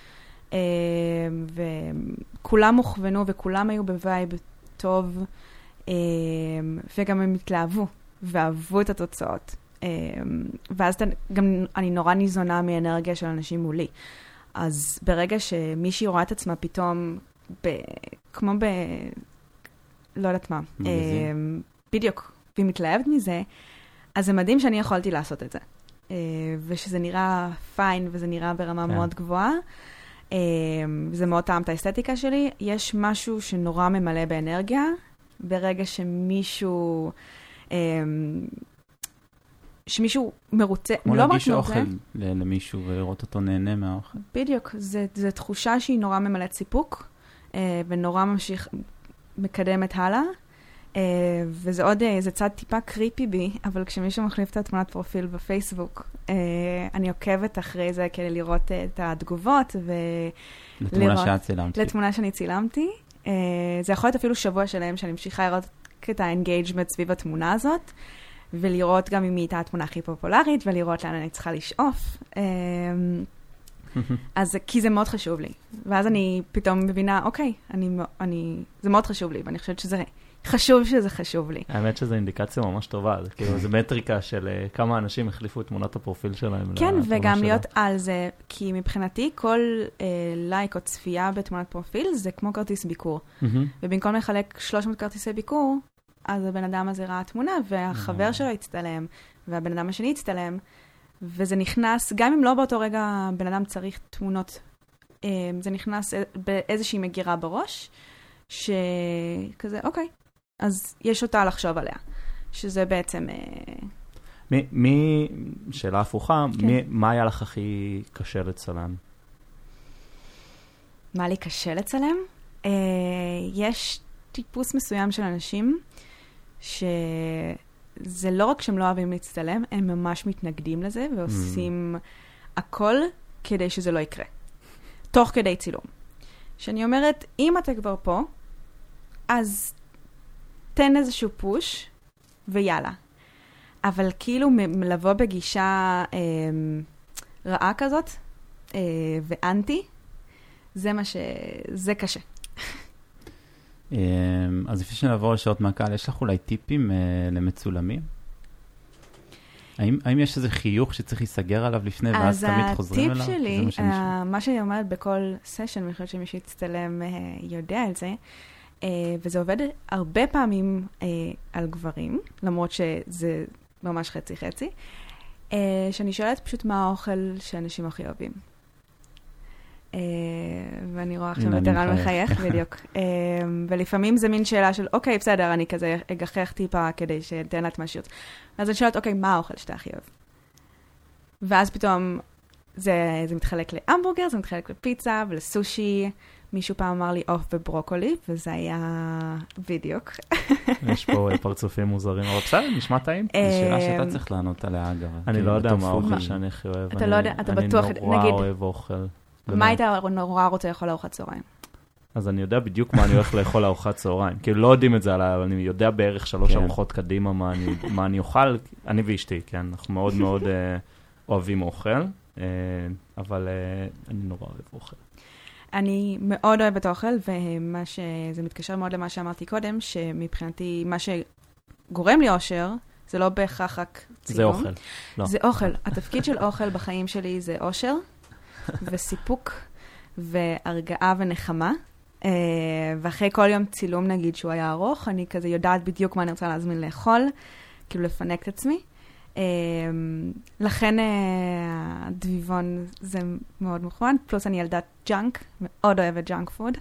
וכולם הוכוונו וכולם היו בווייב טוב, וגם הם התלהבו ואהבו את התוצאות. ואז גם אני נורא ניזונה מאנרגיה של אנשים מולי. אז ברגע שמישהי רואה את עצמה פתאום, כמו ב... לא יודעת מה. בדיוק. והיא מתלהבת מזה, אז זה מדהים שאני יכולתי לעשות את זה. ושזה נראה פיין, וזה נראה ברמה מאוד גבוהה. זה מאוד טעם את האסתטיקה שלי. יש משהו שנורא ממלא באנרגיה, ברגע שמישהו... שמישהו מרוצה, כמו להגיש אוכל למישהו ולראות אותו נהנה מהאוכל. בדיוק, זו תחושה שהיא נורא ממלאת סיפוק, ונורא ממשיך, מקדמת הלאה, וזה עוד, זה צד טיפה קריפי בי, אבל כשמישהו מחליף את התמונת פרופיל בפייסבוק, אני עוקבת אחרי זה כדי לראות את התגובות, לתמונה שאת צילמתי. לתמונה שאני צילמתי. זה יכול להיות אפילו שבוע שלהם שאני ממשיכה לראות את האנגייג'מנט סביב התמונה הזאת, ולראות גם אם היא הייתה התמונה הכי פופולרית, ולראות לאן אני צריכה לשאוף. אז כי זה מאוד חשוב לי. ואז אני פתאום מבינה, אוקיי, אני, אני, זה מאוד חשוב לי, ואני חושבת שזה חשוב שזה חשוב לי. האמת שזו אינדיקציה ממש טובה, זה כאילו, זה מטריקה של כמה אנשים החליפו את תמונת הפרופיל שלהם. כן, וגם להיות על זה, כי מבחינתי כל לייק או צפייה בתמונת פרופיל, זה כמו כרטיס ביקור. ובמקום לחלק שלוש מאות כרטיסי ביקור, אז הבן אדם הזה ראה תמונה, והחבר שלו הצטלם, והבן אדם השני הצטלם, וזה נכנס, גם אם לא באותו רגע בן אדם צריך תמונות, זה נכנס באיזושהי מגירה בראש, שכזה, אוקיי, אז יש אותה לחשוב עליה, שזה בעצם... מי, מי שאלה הפוכה, כן. מי, מה היה לך הכי קשה לצלם? מה לי קשה לצלם? אה, יש טיפוס מסוים של אנשים, שזה לא רק שהם לא אוהבים להצטלם, הם ממש מתנגדים לזה, ועושים mm. הכל כדי שזה לא יקרה. תוך כדי צילום. שאני אומרת, אם אתה כבר פה, אז תן איזשהו פוש, ויאללה. אבל כאילו לבוא בגישה אה, רעה כזאת, אה, ואנטי, זה מה ש... זה קשה. אז לפני שנעבור לשעות מהקהל, יש לך אולי טיפים למצולמים? האם, האם יש איזה חיוך שצריך להיסגר עליו לפני, ואז תמיד חוזרים אליו? אז הטיפ שלי, מה, מה שאני אומרת בכל סשן, אני חושבת שמי שיצטלם יודע על זה, וזה עובד הרבה פעמים על גברים, למרות שזה ממש חצי-חצי, שאני שואלת פשוט מה האוכל שאנשים הכי אוהבים. ואני רואה עכשיו וטרן מחייך, בדיוק. ולפעמים זה מין שאלה של, אוקיי, בסדר, אני כזה אגחך טיפה כדי שתן לה את משהו. אז אני שואלת, אוקיי, מה האוכל שאתה הכי אוהב? ואז פתאום זה, זה מתחלק להמבורגר, זה מתחלק לפיצה ולסושי. מישהו פעם אמר לי עוף וברוקולי, וזה היה בדיוק. יש פה פרצופים מוזרים, אבל בסדר, נשמע טעים. זו שאלה שאתה צריך לענות עליה, אגב. אני לא יודע מה האוכל שאני הכי אוהב. אתה לא יודע, אתה בטוח, נגיד... אני נורא אוהב אוכל. מה היית נורא רוצה לאכול לארוחת צהריים? אז אני יודע בדיוק מה אני הולך לאכול לארוחת צהריים. כאילו לא יודעים את זה עליי, אבל אני יודע בערך שלוש ארוחות קדימה מה אני אוכל. אני ואשתי, כן. אנחנו מאוד מאוד אוהבים אוכל, אבל אני נורא אוהב אוכל. אני מאוד אוהבת אוכל, ומה שזה מתקשר מאוד למה שאמרתי קודם, שמבחינתי מה שגורם לי אושר, זה לא בהכרח רק צילום. זה אוכל. לא. זה אוכל. התפקיד של אוכל בחיים שלי זה אושר, וסיפוק, והרגעה ונחמה. ואחרי כל יום צילום, נגיד, שהוא היה ארוך, אני כזה יודעת בדיוק מה אני רוצה להזמין לאכול, כאילו לפנק את עצמי. לכן הדביבון זה מאוד מוכוון, פלוס אני ילדת ג'אנק, מאוד אוהבת ג'אנק פוד.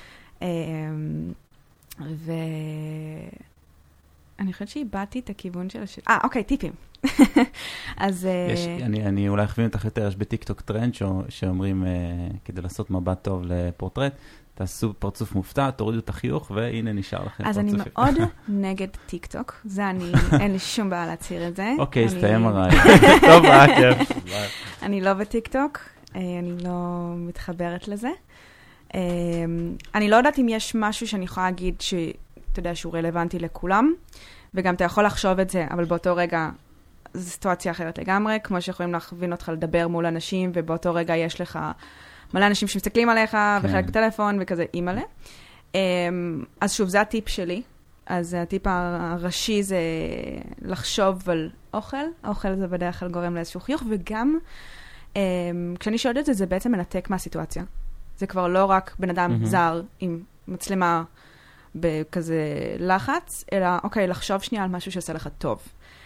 ואני חושבת שאיבדתי את הכיוון של השאלה. אה, אוקיי, טיפים. אז... אני אולי אכווין אותך יותר, יש בטיקטוק טרנד שאומרים, כדי לעשות מבט טוב לפורטרט, תעשו פרצוף מופתע, תורידו את החיוך, והנה נשאר לכם פרצופים. אז אני מאוד נגד טיקטוק. זה אני, אין לי שום בעיה להצהיר את זה. אוקיי, הסתיים הרעי. טוב, היה כיף. אני לא בטיקטוק, אני לא מתחברת לזה. אני לא יודעת אם יש משהו שאני יכולה להגיד שאתה יודע שהוא רלוונטי לכולם, וגם אתה יכול לחשוב את זה, אבל באותו רגע זו סיטואציה אחרת לגמרי, כמו שיכולים להכווין אותך לדבר מול אנשים, ובאותו רגע יש לך מלא אנשים שמסתכלים עליך, וחלק בטלפון, וכזה אימאלה. אז שוב, זה הטיפ שלי. אז הטיפ הראשי זה לחשוב על אוכל. האוכל זה בדרך כלל גורם לאיזשהו חיוך, וגם כשאני שואלת את זה, זה בעצם מנתק מהסיטואציה. זה כבר לא רק בן אדם זר עם מצלמה בכזה לחץ, אלא אוקיי, לחשוב שנייה על משהו שעושה לך טוב.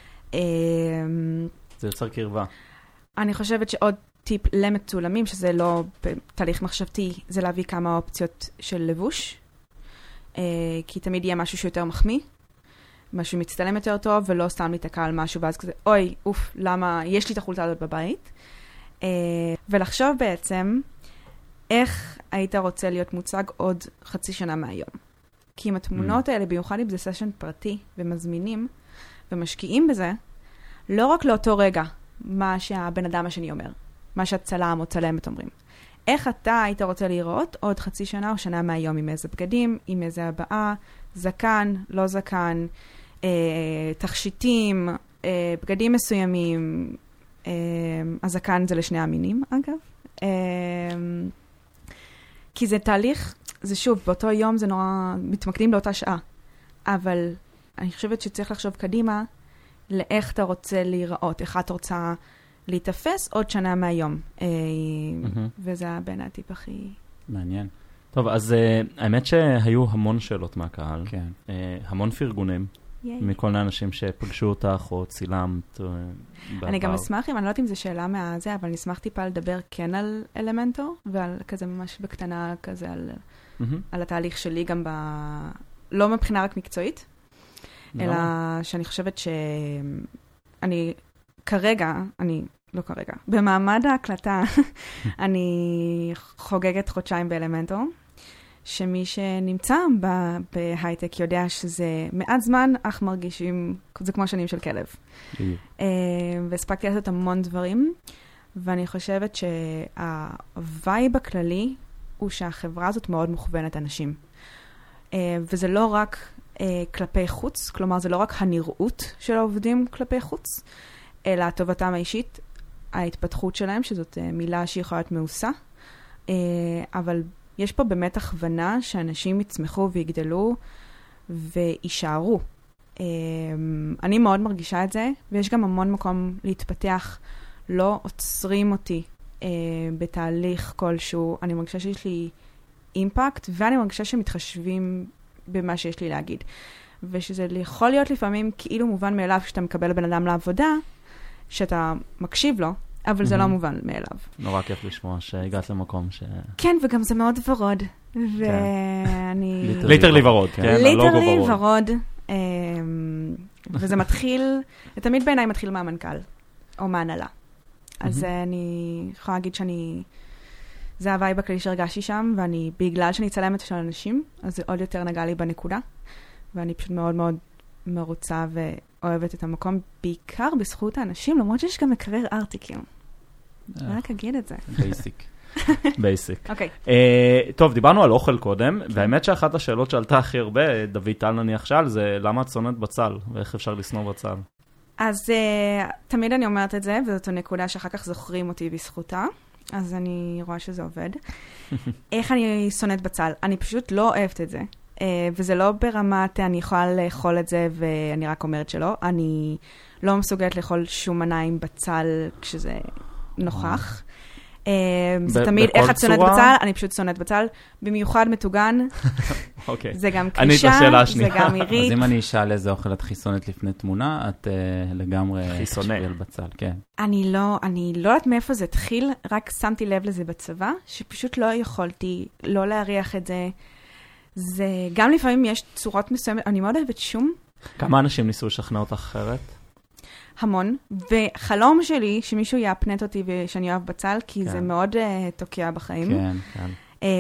זה יוצר קרבה. אני חושבת שעוד טיפ למצולמים, שזה לא בתהליך מחשבתי, זה להביא כמה אופציות של לבוש, כי תמיד יהיה משהו שיותר מחמיא, משהו מצטלם יותר טוב, ולא סתם להתעקע על משהו, ואז כזה, אוי, אוף, למה, יש לי את החולצה הזאת בבית. ולחשוב בעצם, איך היית רוצה להיות מוצג עוד חצי שנה מהיום. כי אם התמונות האלה, במיוחד אם זה סשן פרטי, ומזמינים, ומשקיעים בזה, לא רק לאותו רגע, מה שהבן אדם השני אומר, מה שהצלם או צלמת אומרים. איך אתה היית רוצה לראות עוד חצי שנה או שנה מהיום, עם איזה בגדים, עם איזה הבאה, זקן, לא זקן, אה, תכשיטים, אה, בגדים מסוימים, אה, הזקן זה לשני המינים, אגב. אה, כי זה תהליך, זה שוב, באותו יום זה נורא מתמקדים לאותה שעה. אבל אני חושבת שצריך לחשוב קדימה, לאיך אתה רוצה להיראות, איך אתה רוצה להתאפס עוד שנה מהיום. וזה בין הטיפ הכי... מעניין. טוב, אז האמת שהיו המון שאלות מהקהל. כן. המון פרגונים. מכל האנשים שפגשו אותך או צילמת. אני גם אשמח, אם אני לא יודעת אם זו שאלה מהזה, אבל אני אשמח טיפה לדבר כן על אלמנטור, ועל כזה ממש בקטנה כזה על, על התהליך שלי גם ב... לא מבחינה רק מקצועית, אלא שאני חושבת שאני כרגע, אני לא כרגע, במעמד ההקלטה, אני חוגגת חודשיים באלמנטור, שמי שנמצא בהייטק יודע שזה מעט זמן, אך מרגישים, זה כמו שנים של כלב. והספקתי לעשות המון דברים, ואני חושבת שהווייב הכללי הוא שהחברה הזאת מאוד מוכוונת אנשים. וזה לא רק כלפי חוץ, כלומר זה לא רק הנראות של העובדים כלפי חוץ, אלא טובתם האישית, ההתפתחות שלהם, שזאת מילה שיכולה להיות מעושה, אבל יש פה באמת הכוונה שאנשים יצמחו ויגדלו וישארו. אני מאוד מרגישה את זה, ויש גם המון מקום להתפתח, לא עוצרים אותי בתהליך כלשהו. אני מרגישה שיש לי אימפקט, ואני מרגישה שמתחשבים במה שיש לי להגיד. ושזה יכול להיות לפעמים כאילו מובן מאליו כשאתה מקבל בן אדם לעבודה, שאתה מקשיב לו, אבל זה לא מובן מאליו. נורא כיף לשמוע שהגעת למקום ש... כן, וגם זה מאוד ורוד. ואני... ליטרלי ורוד, כן? ליטרלי ורוד. וזה מתחיל, תמיד בעיניי מתחיל מהמנכ"ל, או מהנהלה. אז אני יכולה להגיד שאני... זה הווייב הכללי שהרגשתי שם, ואני, בגלל שאני צלמת של אנשים, אז זה עוד יותר נגע לי בנקודה. ואני פשוט מאוד מאוד מרוצה ואוהבת את המקום, בעיקר בזכות האנשים, למרות שיש גם מקרר ארטיקים. אני רק אגיד את זה. בייסיק. בייסיק. אוקיי. טוב, דיברנו על אוכל קודם, והאמת שאחת השאלות שעלתה הכי הרבה, דוד טל נניח שאל, זה למה את שונאת בצל, ואיך אפשר לשנוא בצל? אז תמיד אני אומרת את זה, וזאת הנקודה שאחר כך זוכרים אותי בזכותה. אז אני רואה שזה עובד. איך אני שונאת בצל? אני פשוט לא אוהבת את זה. וזה לא ברמת, אני יכולה לאכול את זה, ואני רק אומרת שלא. אני לא מסוגלת לאכול שום מנה עם בצל כשזה נוכח. זה תמיד, איך את שונאת בצל? אני פשוט שונאת בצל. במיוחד מטוגן. זה גם קרישה, זה גם עירית. אז אם אני אשאל איזה אוכל את חיסונת לפני תמונה, את לגמרי חיסונית בצל, כן. אני לא, אני לא יודעת מאיפה זה התחיל, רק שמתי לב לזה בצבא, שפשוט לא יכולתי לא להריח את זה. זה, גם לפעמים יש צורות מסוימת, אני מאוד אוהבת שום. כמה אנשים ניסו לשכנע אותך אחרת? המון, וחלום שלי שמישהו יאפנט אותי ושאני אוהב בצל, כי זה מאוד תוקע בחיים. כן, כן.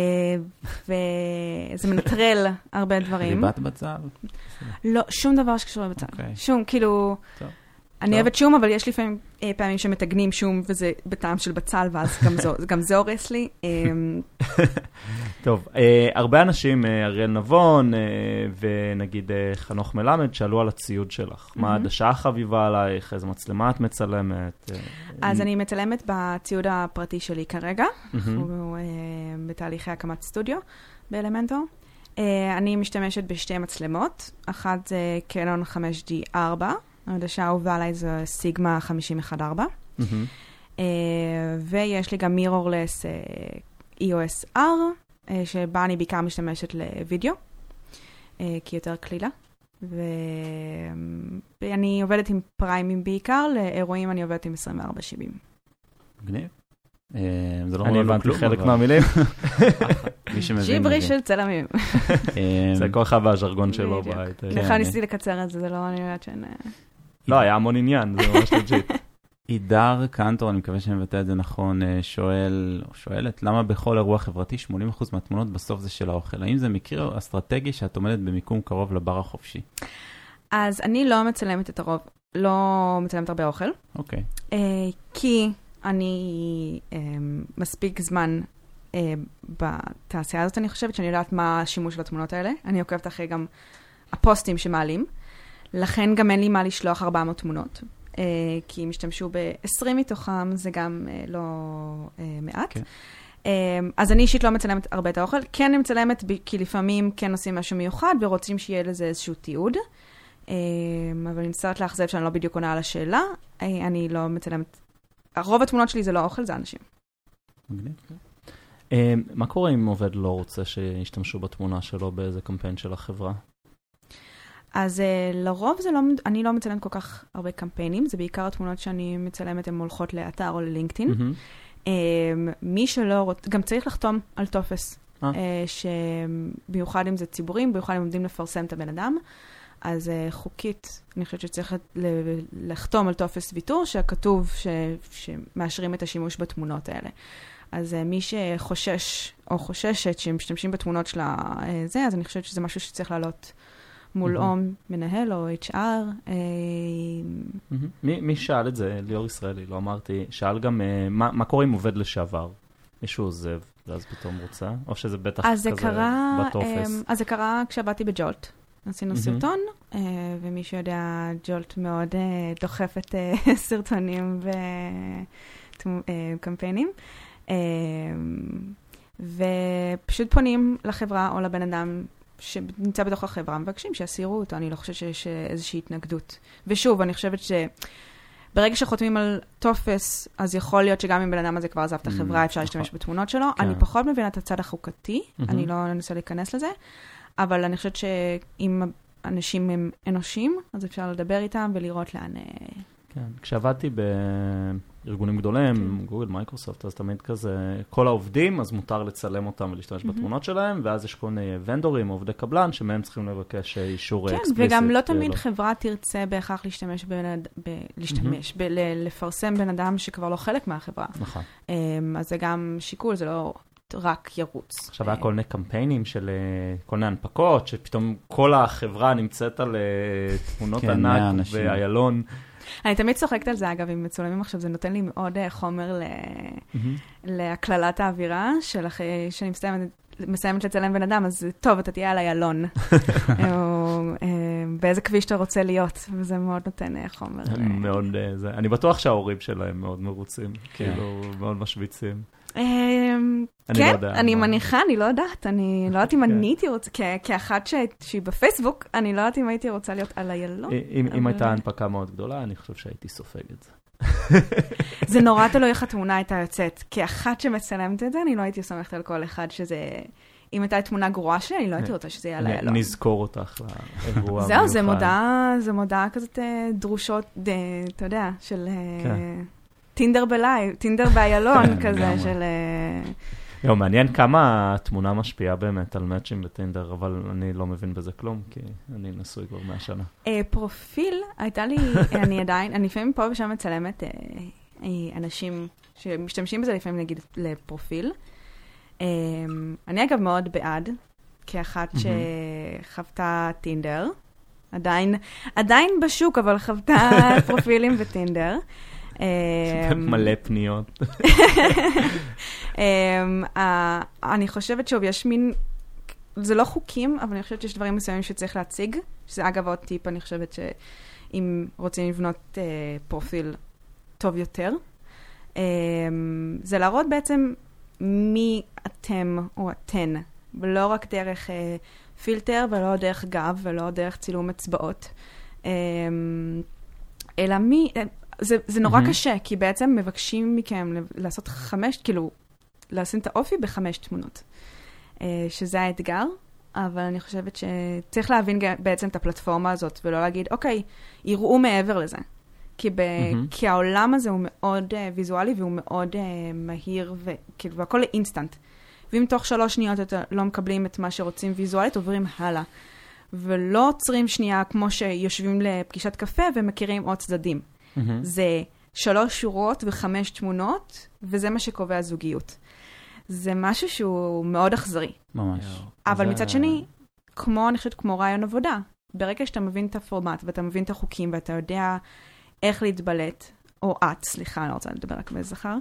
וזה מנטרל הרבה דברים. ריבת בצל? לא, שום דבר שקשור לבצל. שום, כאילו, אני אוהבת שום, אבל יש לפעמים פעמים שמתגנים שום, וזה בטעם של בצל, ואז גם זה הורס לי. טוב, הרבה אנשים, אריאל נבון, ונגיד חנוך מלמד, שאלו על הציוד שלך. מה העדשה החביבה עלייך? איזה מצלמה את מצלמת? אז אני מצלמת בציוד הפרטי שלי כרגע. אנחנו בתהליכי הקמת סטודיו באלמנטו. אני משתמשת בשתי מצלמות. אחת זה קנון חמש די ארבע. העדשה האהובה עליי זה סיגמה חמישים אחת ארבע. ויש לי גם מירורלס אי או אס אר, שבה אני בעיקר משתמשת לוידאו, כי יותר קלילה. ואני עובדת עם פריימים בעיקר, לאירועים אני עובדת עם עשרים וארבע שבעים. מגניב. אני הבנתי חלק מהמילים. ג'יברי של צלמים. זה כל אחד והז'רגון שלו בית. לך ניסיתי לקצר את זה, זה לא אני יודעת שהן... לא, היה המון עניין, זה ממש לג'יט. עידר קנטור, אני מקווה שאני מבטא את זה נכון, שואל, או שואלת, למה בכל אירוע חברתי שמונים אחוז מהתמונות בסוף זה של האוכל? האם זה מקרה אסטרטגי שאת עומדת במיקום קרוב לבר החופשי? אז אני לא מצלמת את הרוב, לא מצלמת הרבה אוכל. אוקיי. כי אני מספיק זמן בתעשייה הזאת, אני חושבת שאני יודעת מה השימוש של התמונות האלה. אני עוקבת אחרי גם הפוסטים שמעלים. לכן גם אין לי מה לשלוח ארבע מאות תמונות. כי אם השתמשו ב-עשרים מתוכם, זה גם לא מעט. אז אני אישית לא מצלמת הרבה את האוכל. כן אני מצלמת, כי לפעמים כן עושים משהו מיוחד, ורוצים שיהיה לזה איזשהו תיעוד. אבל אני מצטערת לאכזב שאני לא בדיוק עונה על השאלה. אני לא מצלמת... רוב התמונות שלי זה לא אוכל, זה אנשים. מה קורה אם עובד לא רוצה שישתמשו בתמונה שלו באיזה קמפיין של החברה? אז לרוב זה לא, אני לא מצלמת כל כך הרבה קמפיינים, זה בעיקר התמונות שאני מצלמת, הן הולכות לאתר או ללינקדאין. מי שלא רוצה, גם צריך לחתום על טופס, שביוחד אם זה ציבורים, ביוחד אם עומדים לפרסם את הבן אדם, אז חוקית, אני חושבת שצריך לחתום על טופס ויתור, שכתוב שמאשרים את השימוש בתמונות האלה. אז מי שחושש או חוששת שהם משתמשים בתמונות שלה זה, אז אני חושבת שזה משהו שצריך לעלות מול או מנהל או אייץ' אר. מי שאל את זה? ליאור ישראלי, לא אמרתי. שאל גם, מה קורה אם עובד לשעבר? מישהו עוזב, ואז פתאום רוצה? או שזה בטח כזה בטופס? אז זה קרה כשעבדתי בג'ולט. עשינו סרטון, ומישהו יודע, ג'ולט מאוד דוחפת סרטונים וקמפיינים. ופשוט פונים לחברה או לבן אדם שנמצא בתוך החברה, מבקשים שיסירו אותו, אני לא חושבת שיש איזושהי התנגדות. ושוב, אני חושבת שברגע שחותמים על טופס, אז יכול להיות שגם אם בן אדם הזה כבר עזב את החברה, אפשר להשתמש בתמונות שלו. אני פחות מבינה את הצד החוקתי, אני לא אנסה להיכנס לזה, אבל אני חושבת שאם אנשים הם אנושים, אז אפשר לדבר איתם ולראות לאן... כן, כשעבדתי בארגונים גדולים, גוגל, מייקרוסופט, אז תמיד כזה, כל העובדים, אז מותר לצלם אותם ולהשתמש בתמונות שלהם, ואז יש כל מיני ונדורים, עובדי קבלן, שמהם צריכים לבקש אישור אקספליסט. כן, וגם לא תמיד חברה תרצה בהכרח להשתמש, להשתמש, לפרסם בן אדם שכבר לא חלק מהחברה. נכון. אז זה גם שיקול, זה לא רק ירוץ. עכשיו היה כל מיני קמפיינים של כל מיני הנפקות, שפתאום כל החברה נמצאת על תמונות ענק ואיילון. אני תמיד צוחקת על זה, אגב, אם מצולמים עכשיו, זה נותן לי מאוד חומר להקללת האווירה, של אחרי שאני מסיימת לצלם בן אדם, אז טוב, אתה תהיה על איילון. באיזה כביש אתה רוצה להיות, וזה מאוד נותן חומר. מאוד, אני בטוח שההורים שלהם מאוד מרוצים, כאילו, מאוד משוויצים. כן, אני מניחה, אני לא יודעת, אני לא יודעת אם אני הייתי רוצה, כאחת שהיא בפייסבוק, אני לא יודעת אם הייתי רוצה להיות על הילון. אם הייתה הנפקה מאוד גדולה, אני חושב שהייתי סופג את זה. זה נורא תלוי איך התמונה הייתה יוצאת. כאחת שמצלמת את זה, אני לא הייתי סומכת על כל אחד שזה... אם הייתה תמונה גרועה שלי, אני לא הייתי רוצה שזה יהיה על הילון. נזכור אותך לאירוע. זהו, זה מודעה, זה מודעה כזאת דרושות, אתה יודע, של טינדר בלייב, טינדר באיילון כזה, של... לא, מעניין כמה התמונה משפיעה באמת על מאצ'ים בטינדר, אבל אני לא מבין בזה כלום, כי אני נשוי כבר מהשנה. פרופיל, הייתה לי, אני עדיין, אני לפעמים פה ושם מצלמת אנשים שמשתמשים בזה לפעמים נגיד לפרופיל. אני אגב מאוד בעד, כאחת שחוותה טינדר, עדיין, עדיין בשוק, אבל חוותה פרופילים בטינדר. מלא פניות. אני חושבת שוב, יש מין, זה לא חוקים, אבל אני חושבת שיש דברים מסוימים שצריך להציג, שזה אגב עוד טיפ, אני חושבת שאם רוצים לבנות פרופיל טוב יותר, זה להראות בעצם מי אתם או אתן, ולא רק דרך פילטר, ולא דרך גב, ולא דרך צילום אצבעות, אלא מי... זה, זה נורא mm-hmm. קשה, כי בעצם מבקשים מכם לעשות חמש, כאילו, לשים את האופי בחמש תמונות. שזה האתגר, אבל אני חושבת שצריך להבין בעצם את הפלטפורמה הזאת, ולא להגיד, אוקיי, יראו מעבר לזה. כי, ב, mm-hmm. כי העולם הזה הוא מאוד uh, ויזואלי, והוא מאוד uh, מהיר, וכאילו, והכל אינסטנט. ואם תוך שלוש שניות אתם לא מקבלים את מה שרוצים ויזואלית, עוברים הלאה. ולא עוצרים שנייה כמו שיושבים לפגישת קפה ומכירים עוד צדדים. Mm-hmm. זה שלוש שורות וחמש תמונות, וזה מה שקובע זוגיות. זה משהו שהוא מאוד אכזרי. ממש. אבל זה... מצד שני, כמו, אני חושבת, כמו רעיון עבודה. ברגע שאתה מבין את הפורמט, ואתה מבין את החוקים, ואתה יודע איך להתבלט, או את, סליחה, אני לא רוצה לדבר רק בזכר,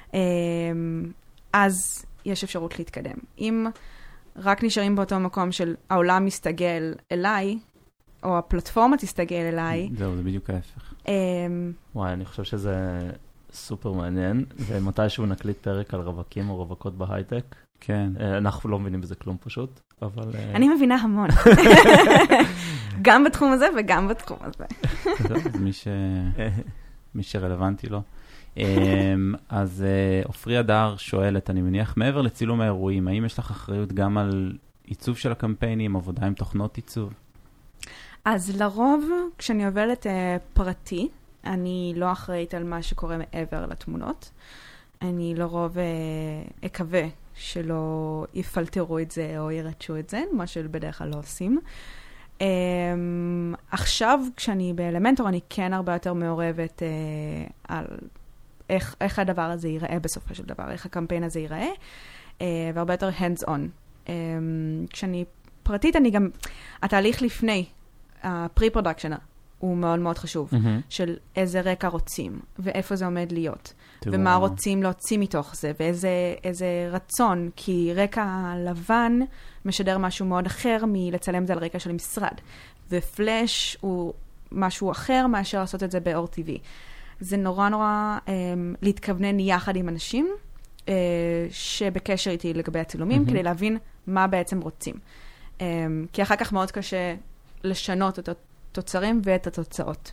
אז יש אפשרות להתקדם. אם רק נשארים באותו מקום של העולם מסתגל אליי, או הפלטפורמה תסתגל אליי. זהו, זה בדיוק ההפך. וואי, אני חושב שזה סופר מעניין, ומתישהו נקליט פרק על רווקים או רווקות בהייטק. כן. אנחנו לא מבינים בזה כלום פשוט, אבל... אני מבינה המון. גם בתחום הזה וגם בתחום הזה. זהו, זה מי ש... מי שרלוונטי לו. אז אופרי הדר שואלת, אני מניח, מעבר לצילום האירועים, האם יש לך אחריות גם על עיצוב של הקמפיינים, עבודה עם תוכנות עיצוב? אז לרוב, כשאני עובדת uh, פרטי, אני לא אחראית על מה שקורה מעבר לתמונות. אני לרוב uh, אקווה שלא יפלטרו את זה או ירצ'ו את זה, מה שבדרך כלל לא עושים. Um, עכשיו, כשאני באלמנטור, אני כן הרבה יותר מעורבת uh, על איך, איך הדבר הזה ייראה בסופו של דבר, איך הקמפיין הזה ייראה, uh, והרבה יותר hands-on. Um, כשאני פרטית, אני גם, התהליך לפני, הפרי-פרודקשן הוא מאוד מאוד חשוב, mm-hmm. של איזה רקע רוצים, ואיפה זה עומד להיות, תראו. ומה רוצים להוציא מתוך זה, ואיזה איזה רצון, כי רקע לבן משדר משהו מאוד אחר מלצלם את זה על רקע של משרד, ופלאש הוא משהו אחר מאשר לעשות את זה באור טבעי. זה נורא נורא אה, להתכוונן יחד עם אנשים, אה, שבקשר איתי לגבי הצילומים, mm-hmm. כדי להבין מה בעצם רוצים. אה, כי אחר כך מאוד קשה לשנות את התוצרים ואת התוצאות.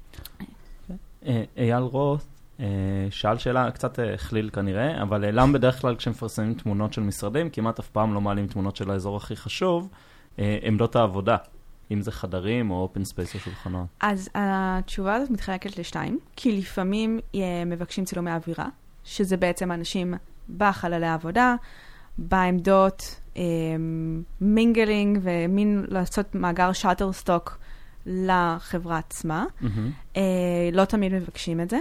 אייל רוט שאל שאלה, קצת הכליל כנראה, אבל למה בדרך כלל כשמפרסמים תמונות של משרדים, כמעט אף פעם לא מעלים תמונות של האזור הכי חשוב, עמדות העבודה, אם זה חדרים או אופן ספייס או שולחנות. אז התשובה הזאת מתחלקת לשתיים, כי לפעמים מבקשים צילומי אווירה, שזה בעצם אנשים בחללי העבודה, בעמדות, מינגלינג ומין לעשות מאגר שאטל סטוק לחברה עצמה. Mm-hmm. לא תמיד מבקשים את זה.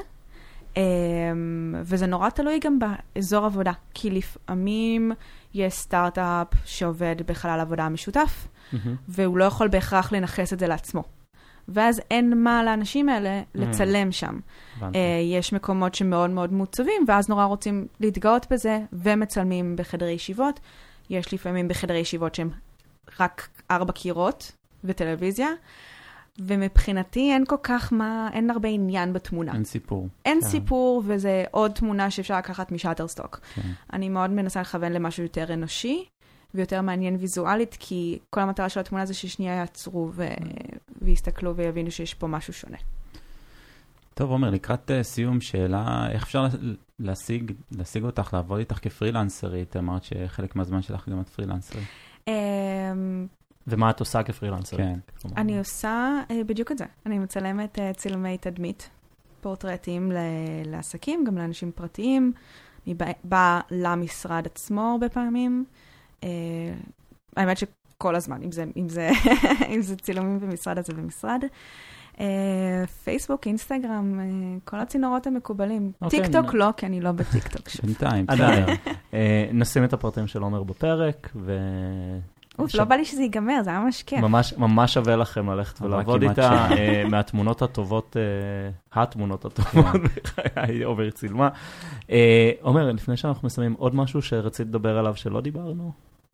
וזה נורא תלוי גם באזור עבודה, כי לפעמים יש סטארט-אפ שעובד בחלל עבודה משותף, mm-hmm. והוא לא יכול בהכרח לנחס את זה לעצמו. ואז אין מה לאנשים האלה לצלם שם. יש מקומות שמאוד מאוד מוצבים, ואז נורא רוצים להתגאות בזה, ומצלמים בחדרי ישיבות. יש לפעמים בחדרי ישיבות שהם רק ארבע קירות, וטלוויזיה, ומבחינתי אין כל כך מה, אין הרבה עניין בתמונה. אין סיפור. אין סיפור, וזה עוד תמונה שאפשר לקחת משאטרסטוק. אני מאוד מנסה לכוון למשהו יותר אנושי, ויותר מעניין ויזואלית, כי כל המטרה של התמונה זה ששנייה יעצרו ויסתכלו ויבינו שיש פה משהו שונה. טוב, עומר, לקראת סיום שאלה, איך אפשר להשיג, להשיג אותך, לעבוד איתך כפרילנסרית? אמרת שחלק מהזמן שלך גם את פרילנסרית. ומה את עושה כפרילנסרית? כן. אני עושה בדיוק את זה. אני מצלמת צילומי תדמית, פורטרטים לעסקים, גם לאנשים פרטיים. אני באה למשרד עצמו הרבה פעמים. האמת שכל הזמן, אם זה, אם זה, אם זה צילומים במשרד, אז זה במשרד. פייסבוק, אינסטגרם, כל הצינורות המקובלים. טיק טוק לא, כי אני לא בטיק טוק. בינתיים, בסדר. נשים את הפרטים של עומר בפרק, ו... אוף, לא בא לי שזה ייגמר, זה היה ממש כיף. ממש שווה לכם ללכת ולעבוד איתה, מהתמונות הטובות, התמונות הטובות, בחיי עומר צילמה. עומר, לפני שאנחנו מסיימים, עוד משהו שרצית לדבר עליו שלא דיברנו?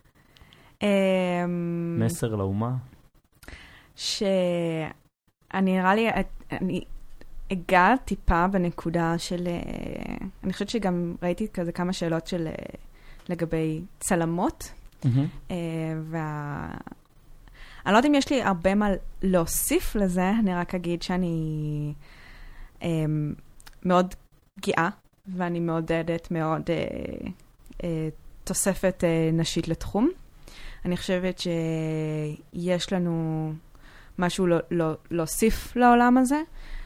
מסר לאומה? ש... אני נראה לי, אני אגע טיפה בנקודה של, אני חושבת שגם ראיתי כזה כמה שאלות של לגבי צלמות, וה... אני לא יודעת אם יש לי הרבה מה להוסיף לזה, אני רק אגיד שאני מאוד גאה, ואני מעודדת מאוד תוספת נשית לתחום. אני חושבת שיש לנו... משהו לא, לא, להוסיף לעולם הזה.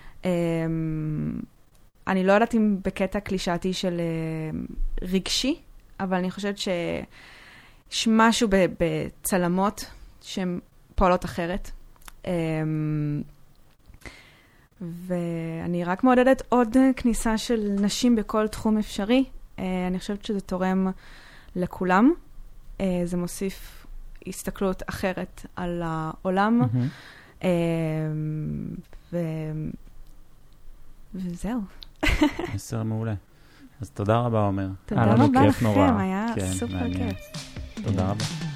אני לא יודעת אם בקטע קלישאתי של רגשי, אבל אני חושבת שיש משהו בצלמות שהן פועלות אחרת. ואני רק מעודדת עוד כניסה של נשים בכל תחום אפשרי. אני חושבת שזה תורם לכולם. זה מוסיף הסתכלות אחרת על העולם. וזהו. מסר מעולה. אז תודה רבה, עומר. תודה רבה לכם, היה סופר כיף. תודה רבה.